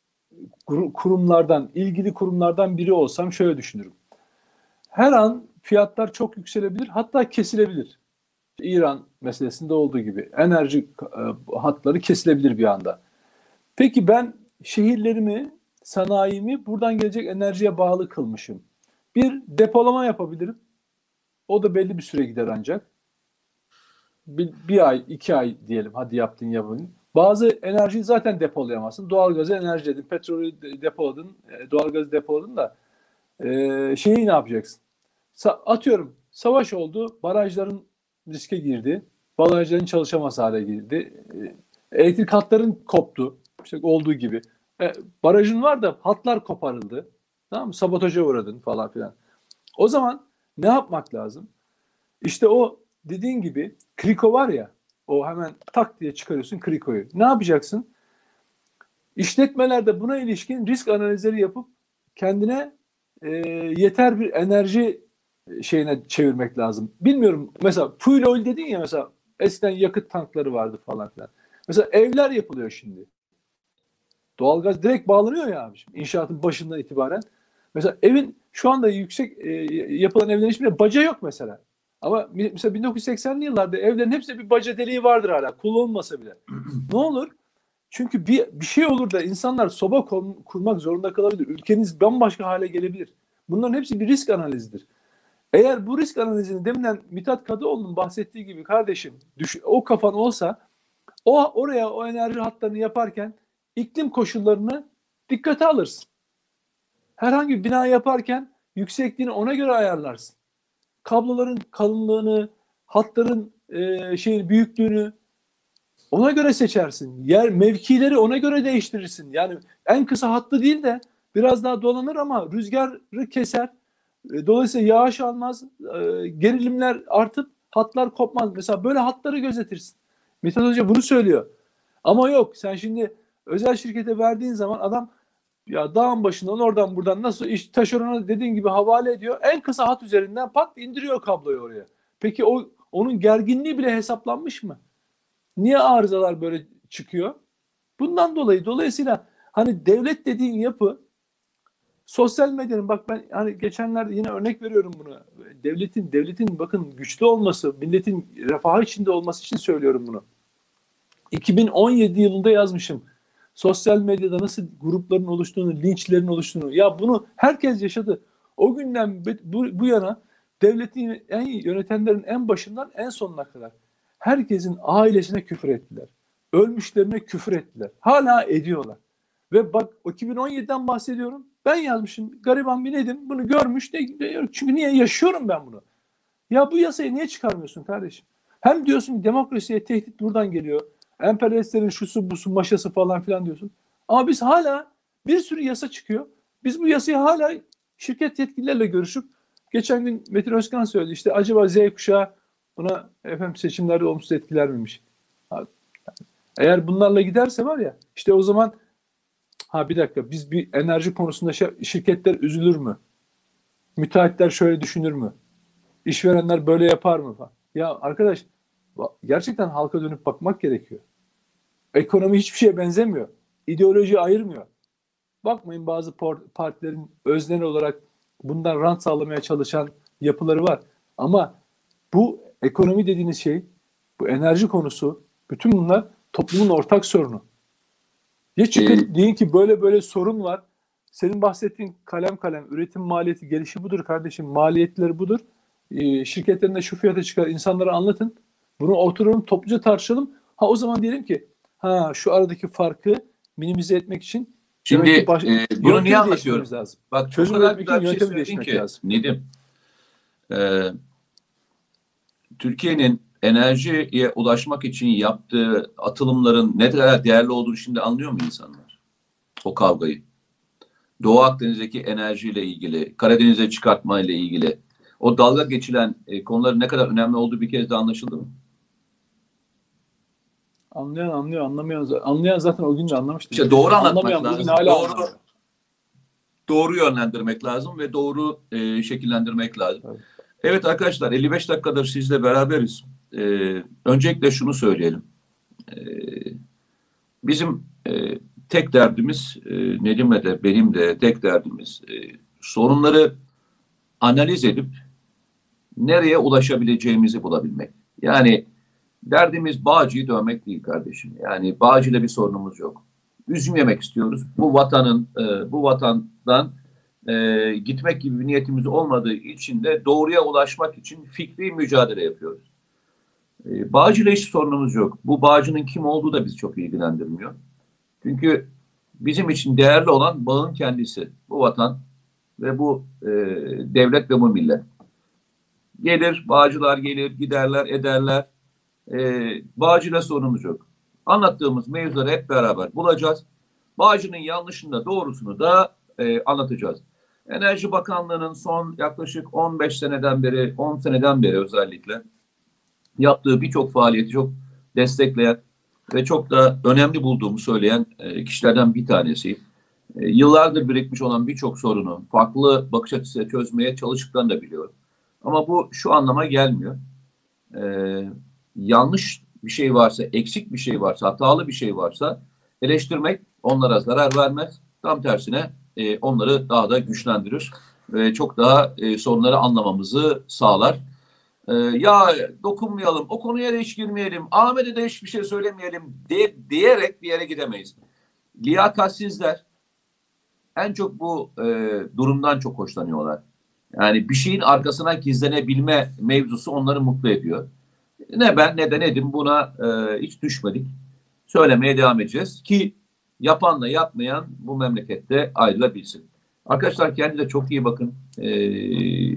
kurumlardan, ilgili kurumlardan biri olsam şöyle düşünürüm. Her an fiyatlar çok yükselebilir, hatta kesilebilir. İran meselesinde olduğu gibi enerji hatları kesilebilir bir anda. Peki ben şehirlerimi, sanayimi buradan gelecek enerjiye bağlı kılmışım. Bir depolama yapabilirim. O da belli bir süre gider ancak. Bir, bir ay, iki ay diyelim. Hadi yaptın yapın. Bazı enerjiyi zaten depolayamazsın. Doğalgazı enerjiledin, petrolü depoladın, doğalgazı depoladın da e, şeyi ne yapacaksın? Sa- atıyorum savaş oldu, barajların riske girdi, barajların çalışamaz hale girdi, e, elektrik hatların koptu, işte olduğu gibi. E, barajın var da hatlar koparıldı, tamam mı? Sabotaja uğradın falan filan. O zaman ne yapmak lazım? İşte o dediğin gibi kriko var ya, o hemen tak diye çıkarıyorsun krikoyu. Ne yapacaksın? İşletmelerde buna ilişkin risk analizleri yapıp kendine e, yeter bir enerji şeyine çevirmek lazım. Bilmiyorum, mesela fuel oil dedin ya, mesela eskiden yakıt tankları vardı falan filan. Mesela evler yapılıyor şimdi. Doğalgaz direkt bağlanıyor ya abi. İnşaatın başından itibaren. Mesela evin şu anda yüksek e, yapılan evlerin hiçbirinde baca yok mesela. Ama mesela bin dokuz yüz seksenli yıllarda evlerin hepsinde bir baca deliği vardır hala. Kullanılmasa bile. Ne olur? Çünkü bir, bir şey olur da insanlar soba kurmak zorunda kalabilir. Ülkeniz bambaşka hale gelebilir. Bunların hepsi bir risk analizidir. Eğer bu risk analizini deminden Mithat Kadıoğlu'nun bahsettiği gibi kardeşim düş, o kafan olsa o oraya o enerji hatlarını yaparken iklim koşullarını dikkate alırsın. Herhangi bir bina yaparken yüksekliğini ona göre ayarlarsın. Kabloların kalınlığını, hatların e, şeyin büyüklüğünü ona göre seçersin. Yer mevkileri ona göre değiştirirsin. Yani en kısa hattı değil de biraz daha dolanır ama rüzgarı keser. Dolayısıyla yağış almaz, gerilimler artıp hatlar kopmaz. Mesela böyle hatları gözetirsin. Mithat Hoca bunu söylüyor. Ama yok, sen şimdi özel şirkete verdiğin zaman adam ya dağın başından oradan buradan nasıl iş taşerona dediğin gibi havale ediyor. En kısa hat üzerinden pat indiriyor kabloyu oraya. Peki o onun gerginliği bile hesaplanmış mı? Niye arızalar böyle çıkıyor? Bundan dolayı dolayısıyla hani devlet dediğin yapı sosyal medyanın, bak ben hani geçenlerde yine örnek veriyorum bunu. Devletin devletin bakın güçlü olması, milletin refahı içinde olması için söylüyorum bunu. iki bin on yedi yılında yazmışım. Sosyal medyada nasıl grupların oluştuğunu, linçlerin oluştuğunu. Ya bunu herkes yaşadı. O günden bu, bu yana devletin en yönetenlerin en başından en sonuna kadar herkesin ailesine küfür ettiler. Ölmüşlerine küfür ettiler. Hala ediyorlar. Ve bak iki bin on yediden bahsediyorum. Ben yazmışım. Gariban bir nedim. Bunu görmüş. De, de, çünkü niye yaşıyorum ben bunu? Ya bu yasayı niye çıkarmıyorsun kardeşim? Hem diyorsun demokrasiye tehdit buradan geliyor. Emperyalistlerin şusu busu maşası falan filan diyorsun. Ama biz hala bir sürü yasa çıkıyor. Biz bu yasayı hala şirket yetkililerle görüşüp geçen gün Metin Özkan söyledi. İşte acaba Z kuşağı buna efendim seçimlerde olumsuz etkiler miymiş? Eğer bunlarla giderse var ya işte o zaman ha bir dakika biz bir enerji konusunda şirketler üzülür mü? Müteahhitler şöyle düşünür mü? İşverenler böyle yapar mı falan? Ya arkadaş gerçekten halka dönüp bakmak gerekiyor. Ekonomi hiçbir şeye benzemiyor. İdeoloji ayırmıyor. Bakmayın bazı partilerin öznel olarak bundan rant sağlamaya çalışan yapıları var. Ama bu ekonomi dediğiniz şey, bu enerji konusu, bütün bunlar toplumun ortak sorunu. Ya çıkın ee, deyin ki böyle böyle sorun var. Senin bahsettiğin kalem kalem üretim maliyeti gelişi budur kardeşim. Maliyetleri budur. Ee, şirketlerinde şu fiyata çıkar. İnsanlara anlatın. Bunu oturalım topluca tartışalım. Ha o zaman diyelim ki ha şu aradaki farkı minimize etmek için şimdi baş- e, bunu niye anlatıyorum? Lazım. Bak çözüm üretmek için yöntemi şey değiştirmek ki, lazım. Nedim, e, Türkiye'nin enerjiye ulaşmak için yaptığı atılımların ne kadar değerli olduğunu şimdi anlıyor mu insanlar? O kavgayı. Doğu Akdeniz'deki enerjiyle ilgili, Karadeniz'e çıkartma ile ilgili o dalga geçilen e, konuların ne kadar önemli olduğu bir kez de anlaşıldı mı? Anlayan anlıyor, anlamayan anlayan zaten o gün de anlamıştı. İşte doğru anlatmak Anlamayan lazım. bugün hala Doğru, anlamıyor. doğru yönlendirmek lazım ve doğru e, şekillendirmek lazım. Evet. Evet arkadaşlar, elli beş dakikadır sizle beraberiz. Ee, öncelikle şunu söyleyelim. Ee, bizim e, tek derdimiz, e, Nedim'le de benim de tek derdimiz e, sorunları analiz edip nereye ulaşabileceğimizi bulabilmek. Yani derdimiz Bağcı'yı dövmek değil kardeşim. Yani Bağcı'yla bir sorunumuz yok. Üzüm yemek istiyoruz. Bu vatanın, e, bu vatandan e, gitmek gibi bir niyetimiz olmadığı için de doğruya ulaşmak için fikri mücadele yapıyoruz. E, Bağcı'yla hiç sorunumuz yok. Bu Bağcı'nın kim olduğu da bizi çok ilgilendirmiyor. Çünkü bizim için değerli olan bağın kendisi. Bu vatan ve bu e, devlet ve bu millet. Gelir, Bağcılar gelir, giderler, ederler. E, Bağcı'yla sorunumuz yok. Anlattığımız mevzuları hep beraber bulacağız. Bağcı'nın yanlışını da doğrusunu da e, anlatacağız. Enerji Bakanlığı'nın son yaklaşık on beş seneden beri, on seneden beri özellikle yaptığı birçok faaliyeti çok destekleyen ve çok da önemli bulduğumu söyleyen e, kişilerden bir tanesiyim. E, yıllardır birikmiş olan birçok sorunu farklı bakış açısıyla çözmeye çalıştıklarını da biliyorum. Ama bu şu anlama gelmiyor. E, yanlış bir şey varsa, eksik bir şey varsa, hatalı bir şey varsa eleştirmek onlara zarar vermez. Tam tersine e, onları daha da güçlendirir ve çok daha e, sorunları anlamamızı sağlar. Ee, ya dokunmayalım, o konuya da hiç girmeyelim, Ahmet'e de hiçbir şey söylemeyelim de, diyerek bir yere gidemeyiz. Liyakatsizler en çok bu e, durumdan çok hoşlanıyorlar. Yani bir şeyin arkasına gizlenebilme mevzusu onları mutlu ediyor. Ne ben ne de Nedim buna e, hiç düşmedik. Söylemeye devam edeceğiz ki yapanla yapmayan bu memlekette ayrılabilsin. Arkadaşlar kendinize çok iyi bakın. Eee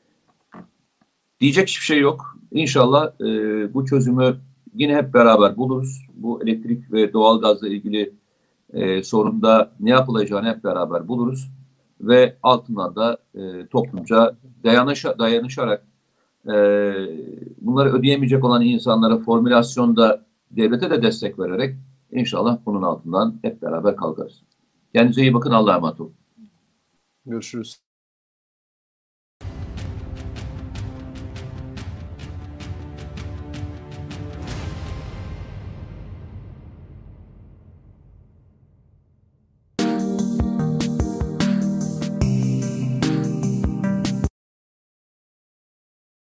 Diyecek hiçbir şey yok. İnşallah e, bu çözümü yine hep beraber buluruz. Bu elektrik ve doğalgazla ilgili e, sorunda ne yapılacağını hep beraber buluruz. Ve altından da e, toplumca dayanışa, dayanışarak e, bunları ödeyemeyecek olan insanlara formülasyonda devlete de destek vererek inşallah bunun altından hep beraber kalkarız. Kendinize iyi bakın. Allah'a emanet olun. Görüşürüz.